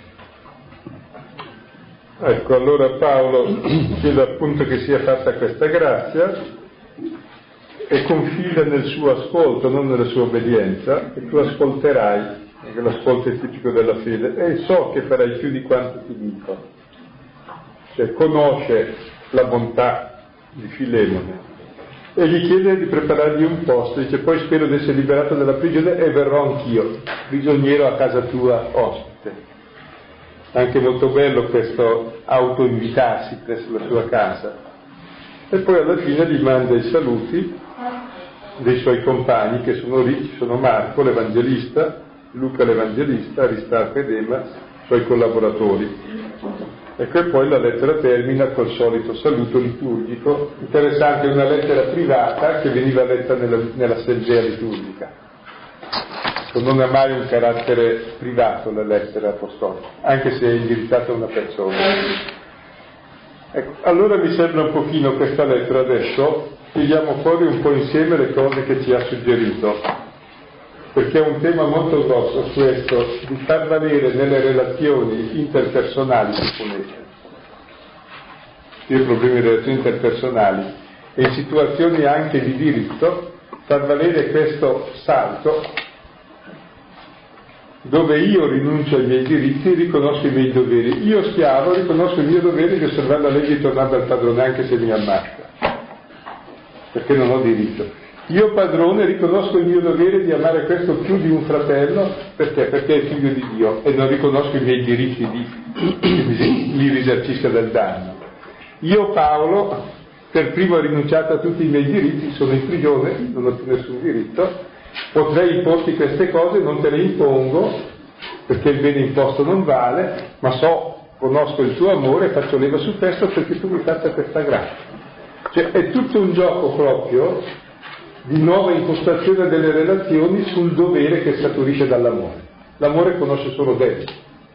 Ecco, allora Paolo chiede appunto che sia fatta questa grazia e confida nel suo ascolto, non nella sua obbedienza, che tu ascolterai, perché l'ascolto è tipico della fede, e so che farai più di quanto ti dico. Cioè conosce la bontà di Filemone e gli chiede di preparargli un posto, dice: poi spero di essere liberato dalla prigione e verrò anch'io, prigioniero a casa tua ospite. Anche molto bello questo autoinvitarsi presso la sua casa. E poi alla fine gli manda i saluti dei suoi compagni, che sono lì, sono Marco l'Evangelista, Luca l'Evangelista, Aristarco ed Emma, suoi collaboratori. Ecco, e poi la lettera termina col solito saluto liturgico. Interessante, una lettera privata che veniva letta nella, nell'assemblea liturgica. Non ha mai un carattere privato la lettera apostolica, anche se è indirizzata a una persona. Ecco, allora mi sembra un pochino questa lettera adesso, tiriamo fuori un po' insieme le cose che ci ha suggerito, perché è un tema molto grosso questo, di far valere nelle relazioni interpersonali, supponete, io ho problemi di relazioni interpersonali, e in situazioni anche di diritto, far valere questo salto, dove io rinuncio ai miei diritti e riconosco i miei doveri. Io schiavo riconosco il mio dovere di osservare la legge e tornare dal padrone anche se mi ammazza, perché non ho diritto. Io padrone riconosco il mio dovere di amare questo più di un fratello, perché? Perché è figlio di Dio, e non riconosco i miei diritti di che mi, mi risarcisca del danno. Io Paolo, per primo ho rinunciato a tutti i miei diritti, sono in prigione, non ho più nessun diritto, potrei importi queste cose, non te le impongo, perché il bene imposto non vale, ma so, conosco il tuo amore e faccio leva su questo perché tu mi faccia questa grazia. Cioè è tutto un gioco proprio di nuova impostazione delle relazioni sul dovere che scaturisce dall'amore. L'amore conosce solo debito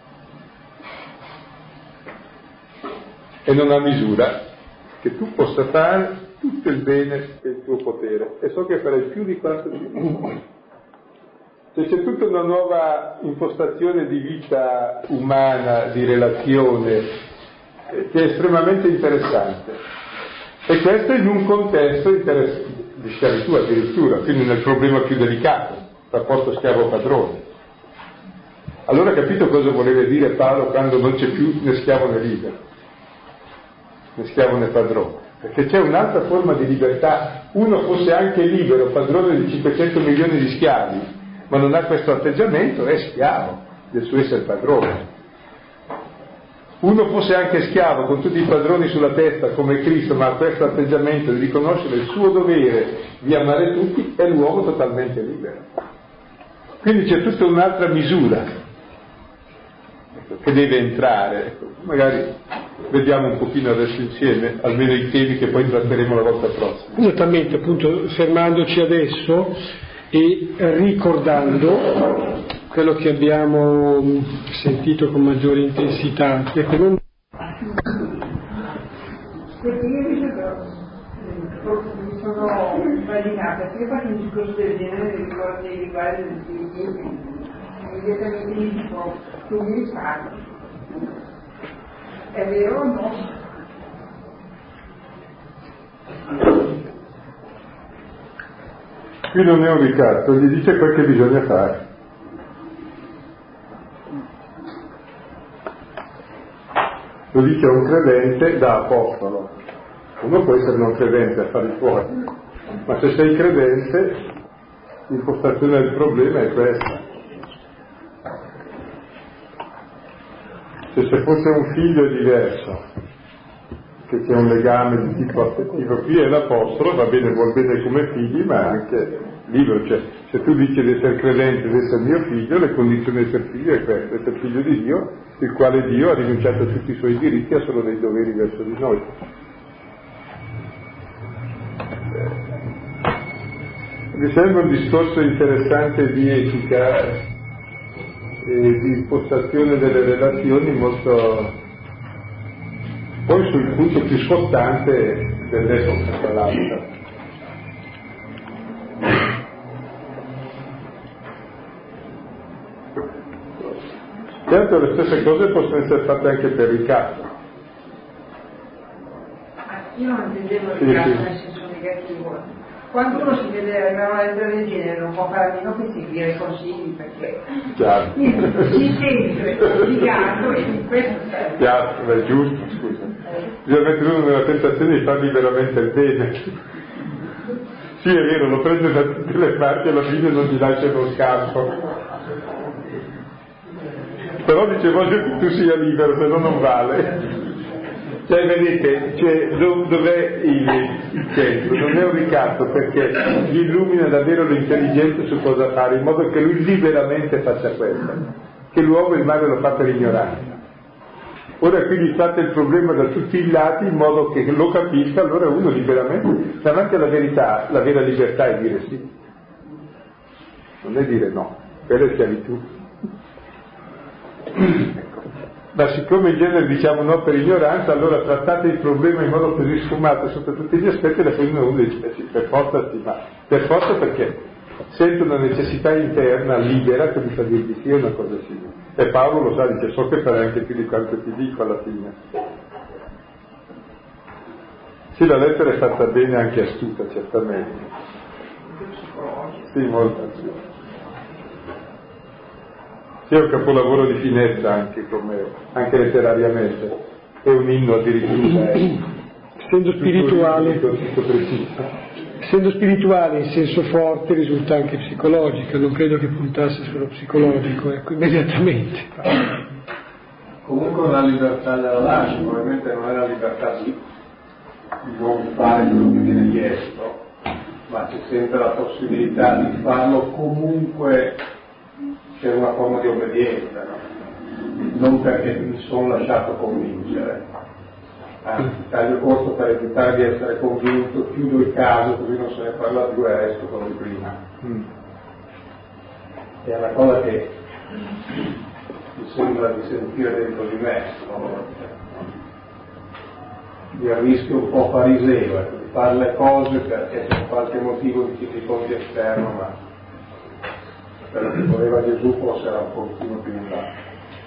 e non ha misura che tu possa fare tutto il bene e il tuo potere, e so che farai più di quanto ti dico. Cioè c'è tutta una nuova impostazione di vita umana, di relazione, che è estremamente interessante, e questo in un contesto di schiavitù addirittura, quindi nel problema più delicato, rapporto schiavo-padrone. Allora capito cosa voleva dire Paolo quando non c'è più né schiavo né libero, né schiavo né padrone? Perché c'è un'altra forma di libertà. Uno fosse anche libero, padrone di cinquecento milioni di schiavi, ma non ha questo atteggiamento, è schiavo del suo essere padrone. Uno fosse anche schiavo con tutti i padroni sulla testa come Cristo, ma ha questo atteggiamento di riconoscere il suo dovere di amare tutti, è l'uomo totalmente libero. Quindi c'è tutta un'altra misura che deve entrare. Magari vediamo un pochino adesso insieme almeno i temi che poi tratteremo la volta prossima. Esattamente, appunto, fermandoci adesso e ricordando quello che abbiamo sentito con maggiore intensità, che non... Perché io mi sono, mi sono immaginata, se io faccio un discorso del genere nei riguardi dei riguardi del tempi, immediatamente mi dico, tu mi risparmi. È vero o no? Qui non è un ricatto, gli dice quel che bisogna fare. Lo dice a un credente da apostolo. Uno può essere non credente a fare i suoi, ma se sei credente l'impostazione del problema è questa. Se, se fosse un figlio è diverso, che c'è un legame di tipo affettivo. Qui è l'apostolo, va bene, vuol bene come figli, ma anche libero. Cioè, se tu dici di essere credente, di essere mio figlio, le condizioni di essere figlio è questa: essere figlio di Dio, il quale Dio ha rinunciato a tutti i suoi diritti, ha solo dei doveri verso di noi. Mi sembra un discorso interessante di etica e di impostazione delle relazioni, molto poi sul punto più scottante dell'epoca, tra l'altro. Certo, le stesse cose possono essere fatte anche per ricatto. Io non intendevo ricatto sì, nel senso negativo. Quando uno si vede una lettera del genere non può fare a meno che seguire consigli, perché Chiaro. si sente obbligato e in questo serve. Chiaro, è giusto, scusa. Bisogna mettere uno nella tentazione di fargli veramente il bene. Sì, è vero, lo prende da tutte le parti e alla fine non gli lascia lo scampo. Però dice voglio che tu sia libero, se no non vale. Cioè, vedete, cioè, dov- dov'è il, il centro? Non è un ricatto, perché gli illumina davvero l'intelligenza su cosa fare, in modo che lui liberamente faccia questo, che l'uomo il male lo fa per ignoranza. Ora qui gli fate il problema da tutti i lati in modo che lo capisca, allora uno liberamente, davanti alla verità, la vera libertà è dire sì, non è dire no, quella è schiavitù. Ma siccome in genere diciamo no per ignoranza, allora trattate il problema in modo così sfumato sotto tutti gli aspetti, e poi uno dice sì, per forza sì, ma per forza perché sente una necessità interna libera che mi fa dirti sì, è una cosa simile. E Paolo lo sa, dice so che farai anche più di quanto ti dico alla fine. Sì, la lettera è fatta bene, anche astuta certamente. Sì, molto astuta. Sì, è un capolavoro di finezza anche, come, anche letterariamente, è un inno addirittura. Eh. Essendo spirituale, essendo spirituale in senso forte risulta anche psicologico, non credo che puntasse sullo psicologico, ecco, immediatamente. Comunque una libertà della lascia, probabilmente non è la libertà di, di non fare quello che viene chiesto, ma c'è sempre la possibilità di farlo comunque. C'è una forma di obbedienza, no? Non perché mi sono lasciato convincere, anzi taglio corto per evitare di essere convinto, chiudo il caso così non se ne parla più e resto come di prima. Mm. È una cosa che mi sembra di sentire dentro di me, no? Di rischio un po' fariseo, ecco, di fare le cose perché c'è qualche motivo di difficoltà esterno, ma quello che voleva Gesù forse era un pochino più in là.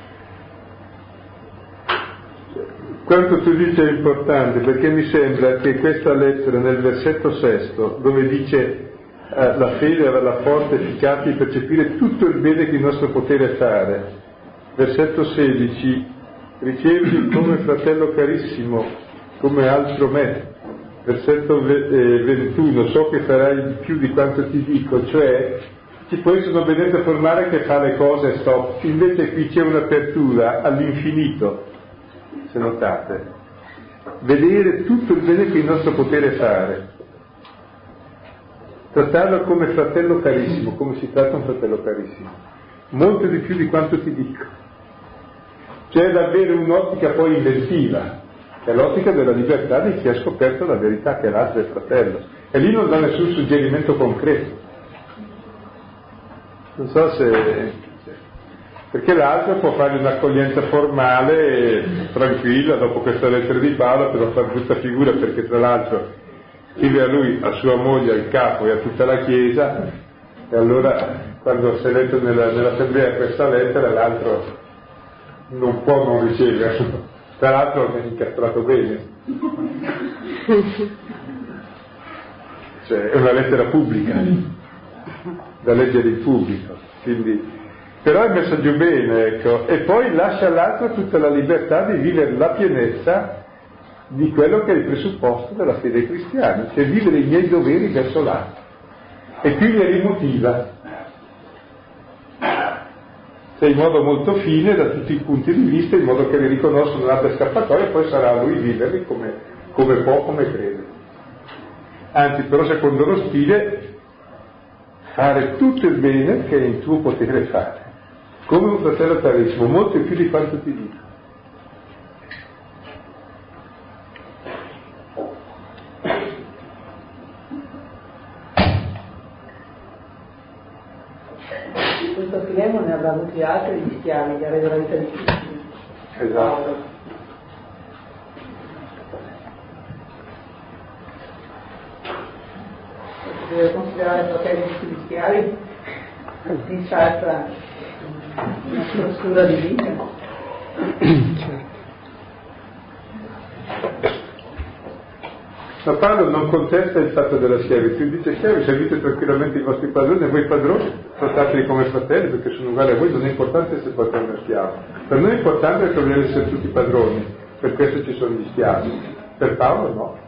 Quanto tu dici è importante, perché mi sembra che questa lettera nel versetto sesto, dove dice eh, la fede avrà la forza efficace di percepire tutto il bene che il nostro potere fare, versetto sedici, ricevi come fratello carissimo, come altro me, versetto ventuno, so che farai più di quanto ti dico, cioè ci poi sono venuto a formare che fa le cose stop, invece qui c'è un'apertura all'infinito, se notate, vedere tutto il bene che il nostro potere fare, trattarlo come fratello carissimo, come si tratta un fratello carissimo, molto di più di quanto ti dico, c'è davvero un'ottica poi inventiva, che è l'ottica della libertà di chi ha scoperto la verità che l'altro è fratello, e lì non dà nessun suggerimento concreto. Non so se, perché l'altro può fare un'accoglienza formale tranquilla dopo questa lettera di Paolo, però fa brutta figura, perché tra l'altro scrive a lui, a sua moglie, al capo e a tutta la chiesa, e allora quando si è letto nella, nell'assemblea questa lettera l'altro non può non riceverlo, tra l'altro è incastrato bene, cioè è una lettera pubblica da leggere in pubblico, quindi però è messo giù bene, ecco, e poi lascia all'altro tutta la libertà di vivere la pienezza di quello che è il presupposto della fede cristiana, cioè vivere i miei doveri verso l'altro, e qui mi rimotiva, cioè in modo molto fine da tutti i punti di vista, in modo che li riconoscono non abbia scappatoia, e poi sarà a lui viverli come, come può, come crede, anzi però secondo lo stile fare tutto il bene che è in tuo potere fare, come un fratello carissimo, molto più di quanto ti dico. Questo Filemo ne avrà avuti altri di schiavi, li aveva veramente difficili. Esatto. Deve considerare fratelli di schiavi di salsa una struttura di vita. Ma Paolo non contesta il fatto della schiavitù, dice schiavi, servite tranquillamente i vostri padroni, e voi padroni trattateli come fratelli perché sono uguali a voi, non è importante se poi è uno schiavo, per noi è importante che dobbiamo essere tutti padroni, per questo ci sono gli schiavi, per Paolo no.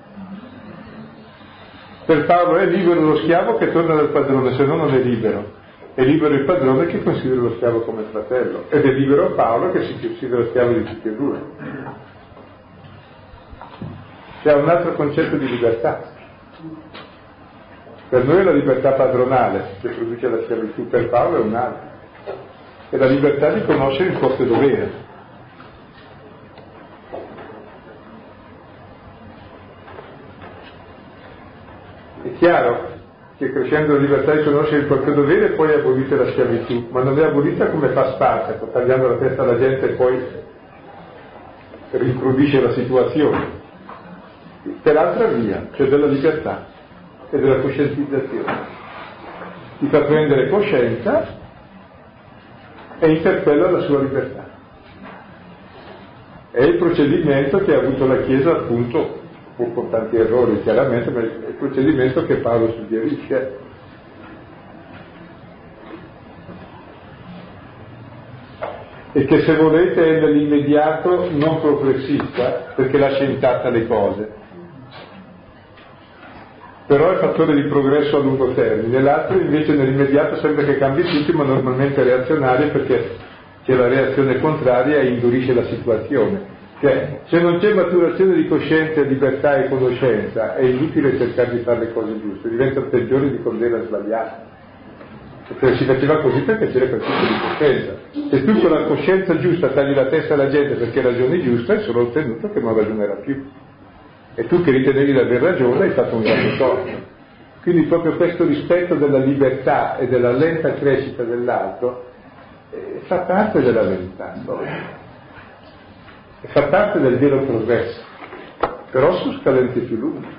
Per Paolo è libero lo schiavo che torna dal padrone, se no non è libero. È libero il padrone che considera lo schiavo come fratello, ed è libero Paolo che si considera schiavo di tutti e due. c'è un altro concetto di libertà. Per noi la libertà padronale che produce la schiavitù, per Paolo è un'altra, è la libertà di conoscere il proprio dovere. È chiaro che crescendo la libertà di conoscere il proprio dovere poi abolite la schiavitù, ma non è abolita come fa Spartaco, tagliando la testa alla gente e poi rincrudisce la situazione. Per altra via, cioè della libertà e della coscientizzazione. Ti fa prendere coscienza e interpella la sua libertà. È il procedimento che ha avuto la Chiesa, appunto, pur con tanti errori chiaramente, ma è il procedimento che Paolo suggerisce. E che, se volete, è nell'immediato non progressista, perché lascia intatte le cose, però è fattore di progresso a lungo termine. L'altro invece nell'immediato sembra che cambi tutti, ma normalmente è reazionario, perché c'è la reazione contraria e indurisce la situazione. Cioè, se non c'è maturazione di coscienza, libertà e conoscenza, è inutile cercare di fare le cose giuste, diventano peggiori di condena sbagliata. Perché si faceva così perché c'era quel tipo di coscienza. Se tu con la coscienza giusta tagli la testa alla gente perché ragioni giuste, è solo ottenuto che non ragionerà più. E tu che ritenevi di aver ragione hai fatto un grande torto. Quindi proprio questo rispetto della libertà e della lenta crescita dell'altro eh, fa parte della verità, no? E fa parte del vero progresso, però su scalette più lunghe.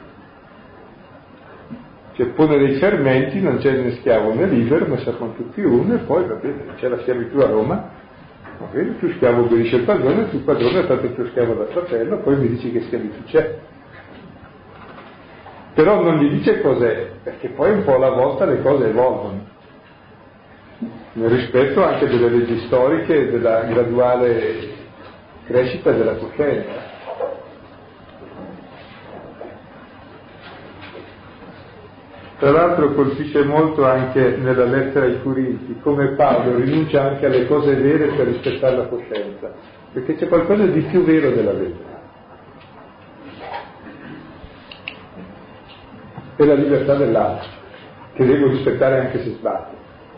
Cioè pone dei fermenti, non c'è né schiavo né libero, ma siamo tutti uno, e poi va bene, c'è la schiavitù a Roma, va bene, tu schiavo obbedisce il padrone, tu padrone è stato il tuo schiavo dal fratello, poi mi dici che schiavitù c'è. Però non gli dice cos'è, perché poi un po' alla volta le cose evolvono, nel rispetto anche delle leggi storiche e della graduale crescita della coscienza. Tra l'altro colpisce molto anche nella lettera ai Corinti come Paolo rinuncia anche alle cose vere per rispettare la coscienza, perché c'è qualcosa di più vero della verità. È la libertà dell'altro, che devo rispettare anche se sbaglio.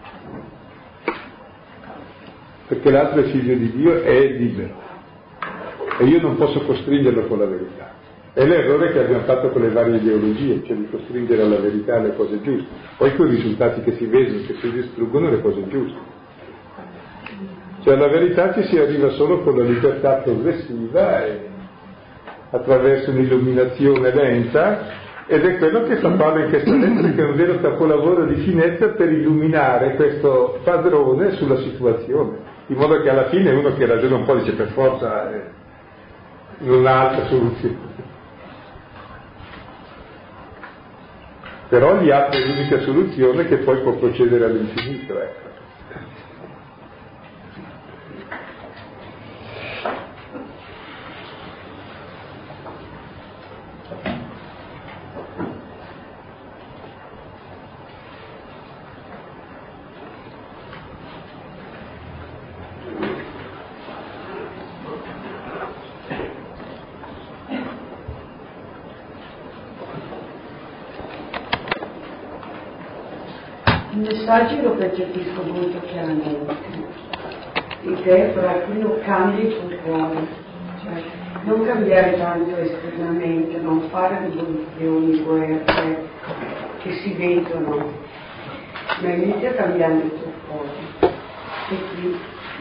Perché l'altro è figlio di Dio e è libero. E io non posso costringerlo con la verità. È l'errore che abbiamo fatto con le varie ideologie, cioè di costringere alla verità le cose giuste. Poi con i risultati che si vedono, che si distruggono le cose giuste. Cioè alla verità ci si arriva solo con la libertà progressiva e attraverso un'illuminazione lenta, ed è quello che fa Paolo in questa lettera, che è un vero capolavoro di finezza per illuminare questo padrone sulla situazione, in modo che alla fine uno che ragiona un po' dice per forza eh, non ha altra soluzione. Però gli apre l'unica soluzione che poi può procedere all'infinito, ecco. Il messaggio lo percepisco molto chiaramente, l'idea proprio cambia il tuo cuore, cioè non cambiare tanto esternamente, non fare rivoluzioni, guerre che si vedono, ma inizia cambiando il tuo cuore. E qui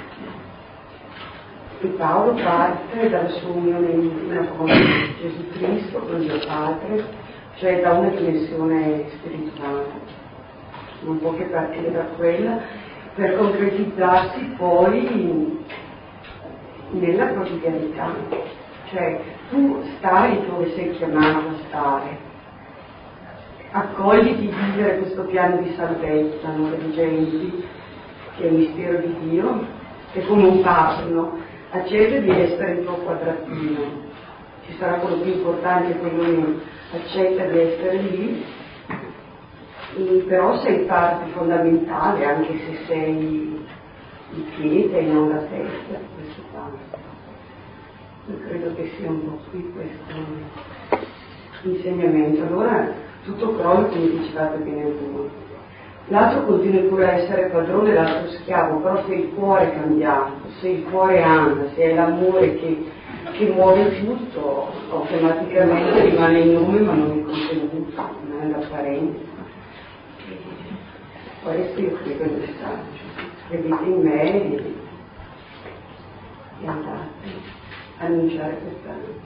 e Paolo parte dalla sua unione intima con Gesù Cristo, con Dio Padre, cioè da una dimensione spirituale. Non può che partire da quella per concretizzarsi poi nella quotidianità, cioè tu stai dove sei chiamato a stare, accogli di vivere questo piano di salvezza, non religenti, che è il mistero di Dio, e come un patrono accetta di essere il tuo quadratino, ci sarà quello più importante, quello meno, accetta di essere lì. E però sei parte fondamentale, anche se sei il piede e non la testa di questo passo. Io credo che sia un po' qui questo insegnamento, allora tutto crolla come dicevate bene voi. L'altro continua pure a essere padrone, l'altro schiavo, però se il cuore è cambiato, se il cuore ama, se è l'amore che, che muove tutto, automaticamente rimane il nome ma non il contenuto, non è l'apparenza. Questo io credo il messaggio, credete in me e, e andate a annunciare questa.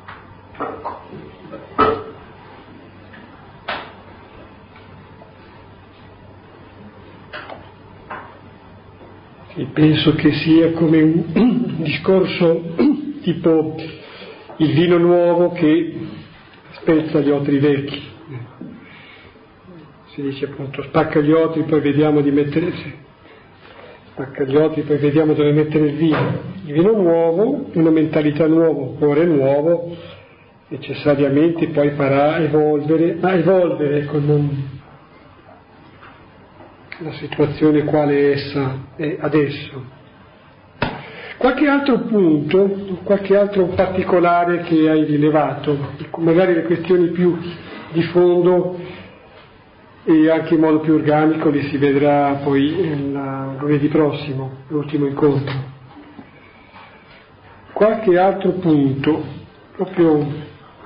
Sì, penso che sia come un discorso tipo il vino nuovo che spezza gli otri vecchi. Si dice appunto spacca gli otri poi vediamo di mettere sì. spacca gli otri poi vediamo dove mettere il vino. Il vino nuovo, una mentalità nuova, un cuore nuovo, necessariamente poi farà evolvere, ma evolvere con non la situazione quale essa è adesso. Qualche altro punto, qualche altro particolare che hai rilevato, magari le questioni più di fondo e anche in modo più organico li si vedrà poi il lunedì prossimo, l'ultimo incontro. Qualche altro punto, proprio.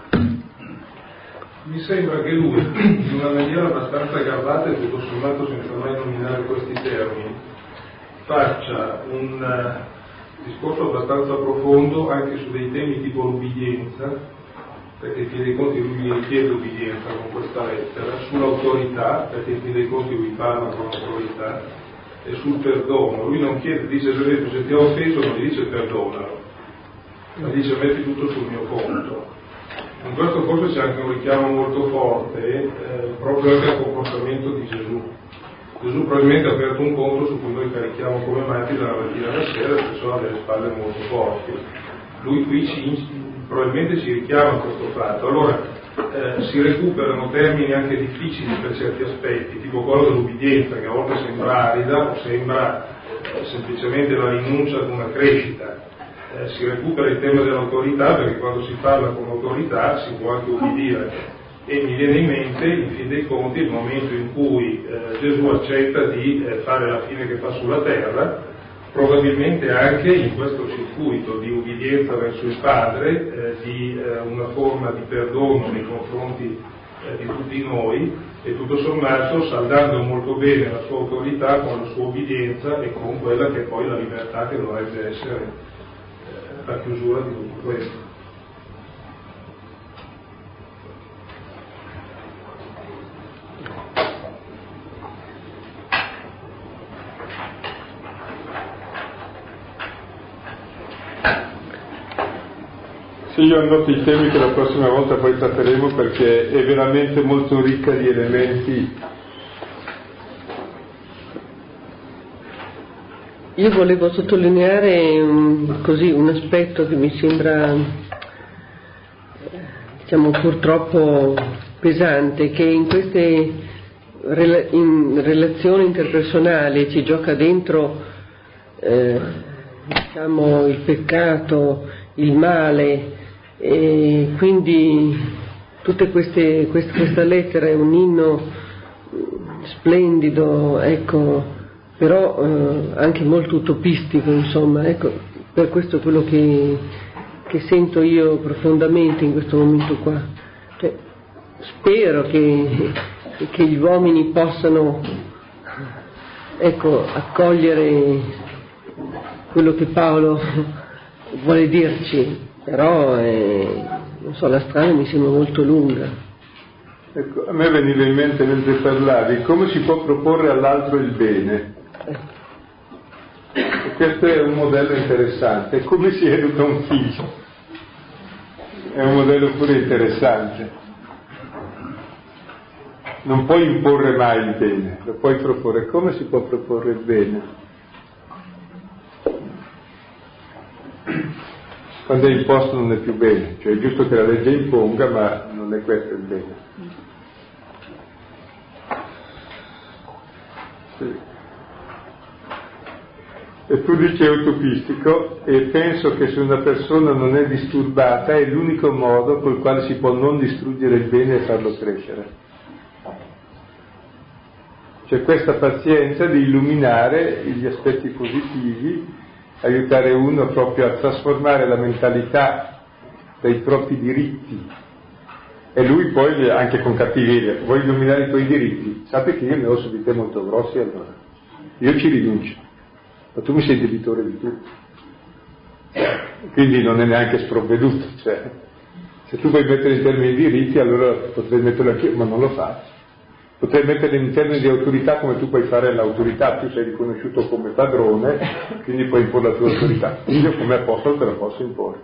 Mi sembra che lui, in una maniera abbastanza garbata e tutto sommato senza mai nominare questi termini, faccia un uh, discorso abbastanza profondo anche su dei temi tipo l'ubbidienza, perché in fin dei conti lui gli chiede ubbidienza con questa lettera, sull'autorità, perché in fin dei conti lui parla con autorità, e sul perdono. Lui non chiede, dice se ti ho offeso, non gli dice perdonalo, ma dice metti tutto sul mio conto. In questo forse c'è anche un richiamo molto forte eh, proprio anche al comportamento di Gesù. Gesù probabilmente ha aperto un conto su cui noi carichiamo come matti dalla mattina alla sera e perciò ha delle spalle molto forti. Lui qui ci, probabilmente ci richiama a questo fatto. Allora eh, si recuperano termini anche difficili per certi aspetti, tipo quello dell'ubbidienza, che a volte sembra arida o sembra eh, semplicemente la rinuncia ad una crescita. Eh, si recupera il tema dell'autorità, perché quando si parla con autorità si può anche ubbidire, e mi viene in mente in fin dei conti il momento in cui eh, Gesù accetta di eh, fare la fine che fa sulla terra, probabilmente anche in questo circuito di ubbidienza verso il Padre, eh, di eh, una forma di perdono nei confronti eh, di tutti noi, e tutto sommato saldando molto bene la sua autorità con la sua ubbidienza e con quella che è poi la libertà che dovrebbe essere la chiusura di tutto questo. Sì, io annoto i temi che la prossima volta poi tratteremo, perché è veramente molto ricca di elementi. Io volevo sottolineare um, così un aspetto che mi sembra, diciamo, purtroppo pesante, che in queste rela- in relazioni interpersonali ci gioca dentro eh, diciamo, il peccato, il male, e quindi tutte queste, quest- questa lettera è un inno splendido, ecco, però eh, anche molto utopistico, insomma, ecco, per questo è quello che, che sento io profondamente in questo momento qua. Cioè, spero che, che gli uomini possano, ecco, accogliere quello che Paolo vuole dirci, però eh, non so, la strada mi sembra molto lunga. Ecco, a me veniva in mente mentre parlavi come si può proporre all'altro il bene. E questo è un modello interessante, come si educa un figlio, è un modello pure interessante. Non puoi imporre mai il bene, lo puoi proporre. Come si può proporre il bene? Quando è imposto non è più bene, cioè è giusto che la legge imponga, ma non è questo il bene. Sì. E tu dici è utopistico, e penso che se una persona non è disturbata è l'unico modo col quale si può non distruggere il bene e farlo crescere. C'è questa pazienza di illuminare gli aspetti positivi, aiutare uno proprio a trasformare la mentalità dai propri diritti, e lui poi anche con cattiveria: vuoi illuminare i tuoi diritti? Sappi che io ne ho su di te molto grossi, allora io ci rinuncio, ma tu mi sei debitore di tutto, quindi non è neanche sprovveduto, cioè, se tu vuoi mettere in termini di diritti allora potrei metterlo anch'io, ma non lo faccio. Potrei metterlo in termini di autorità come tu puoi fare l'autorità, tu sei riconosciuto come padrone, quindi puoi imporre la tua autorità, io come apostolo te la posso imporre.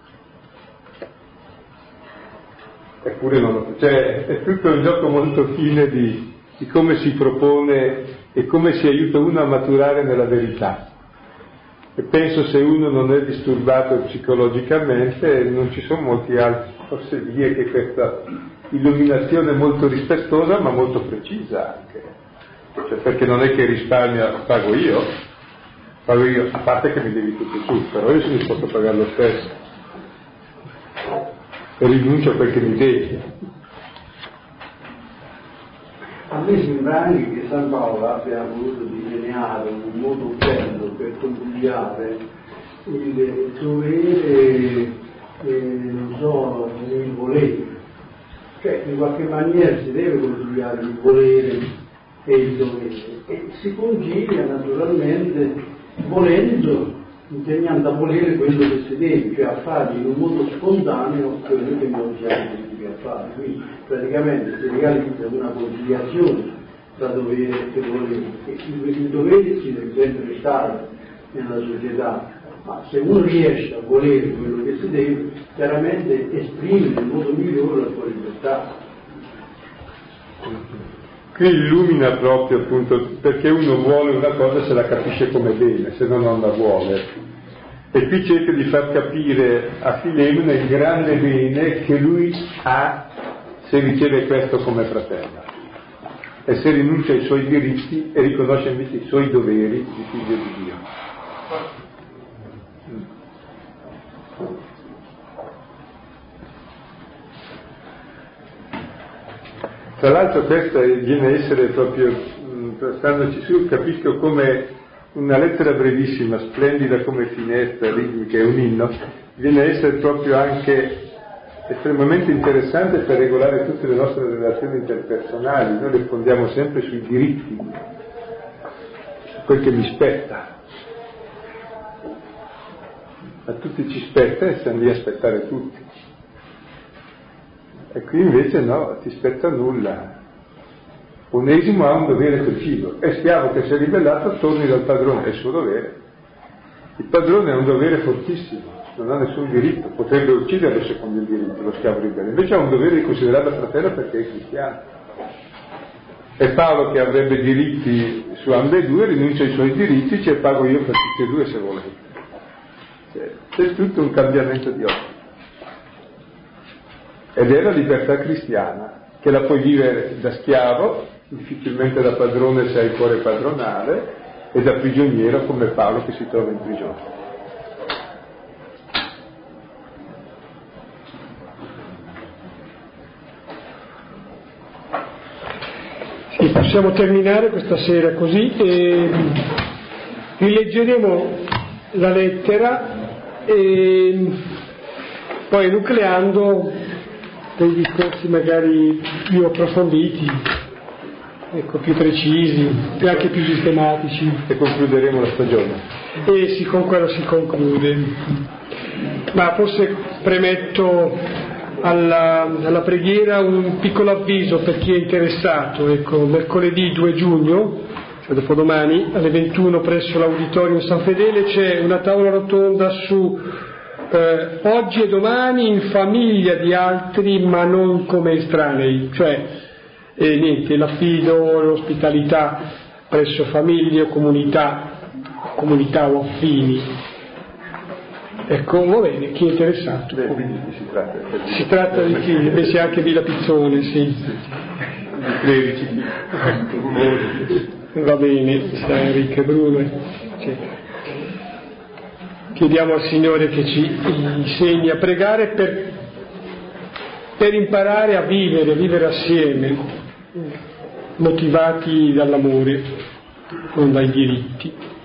Eppure non lo, cioè è tutto un gioco molto fine di, di come si propone e come si aiuta uno a maturare nella verità. E penso se uno non è disturbato psicologicamente non ci sono molti altri forse vie che questa illuminazione molto rispettosa ma molto precisa anche, cioè, perché non è che risparmia, pago io, pago io, a parte che mi devi tutto su, però io sono disposto a pagare lo stesso e rinuncio a quel che mi devi. A me sembra anche che San Paolo abbia voluto disegnare un modo bello per conciliare il dovere e non so, il volere. Cioè in qualche maniera si deve conciliare il volere e il dovere, e si concilia naturalmente volendo, insegnando a volere quello che si deve, cioè a fare in un modo spontaneo quello che non siamo tenuti a fare. Quindi praticamente si realizza una conciliazione tra dovere e volere. Il dovere si deve sempre stare nella società, ma se uno riesce a volere quello che si deve, chiaramente esprime in modo migliore la sua libertà. Qui illumina proprio appunto perché uno vuole una cosa se la capisce come bene, se no non la vuole. E qui cerca di far capire a Filemone il grande bene che lui ha se riceve questo come fratello, e se rinuncia ai suoi diritti e riconosce invece i suoi doveri di figlio di Dio. Tra l'altro questa viene a essere proprio, standoci su, capisco come una lettera brevissima, splendida come finestra, ritmica e un inno, viene a essere proprio anche estremamente interessante per regolare tutte le nostre relazioni interpersonali. Noi rispondiamo sempre sui diritti, su quel che mi spetta. A tutti ci spetta e siamo lì a aspettare tutti. E qui invece no, ti spetta nulla. Onesimo ha un dovere preciso, è schiavo che si è ribellato, torni dal padrone, è il suo dovere. Il padrone ha un dovere fortissimo, non ha nessun diritto, potrebbe uccidere secondo il diritto lo schiavo ribelle, invece ha un dovere di considerarlo fratello perché è cristiano. È Paolo che avrebbe diritti su ambedue, rinuncia ai suoi diritti, ce pago io per tutti e due se volete. Cioè, c'è tutto un cambiamento di opera. Ed è la libertà cristiana, che la puoi vivere da schiavo, difficilmente da padrone se hai il cuore padronale, e da prigioniero come Paolo che si trova in prigione. Sì, possiamo terminare questa sera così e rileggeremo la lettera e poi nucleando dei discorsi magari più approfonditi, ecco, più precisi e anche più sistematici. E concluderemo la stagione. E sì, con quello si conclude. Ma forse premetto alla, alla preghiera un piccolo avviso per chi è interessato. Ecco, mercoledì due giugno, cioè dopodomani, alle ventuno presso l'Auditorium San Fedele c'è una tavola rotonda su Eh, oggi e domani in famiglia di altri ma non come estranei, cioè eh, niente, l'affido, l'ospitalità presso famiglie o comunità, comunità o affini. Ecco, va bene, chi è interessato? Beh, quindi si tratta, si tratta di chi? Beh, c'è anche Villa Pizzone, sì. Di clerici. Va bene, c'è Enrico e Bruno. Sì. chiediamo al Signore che ci insegni a pregare per, per imparare a vivere, a vivere assieme, motivati dall'amore, non dai diritti.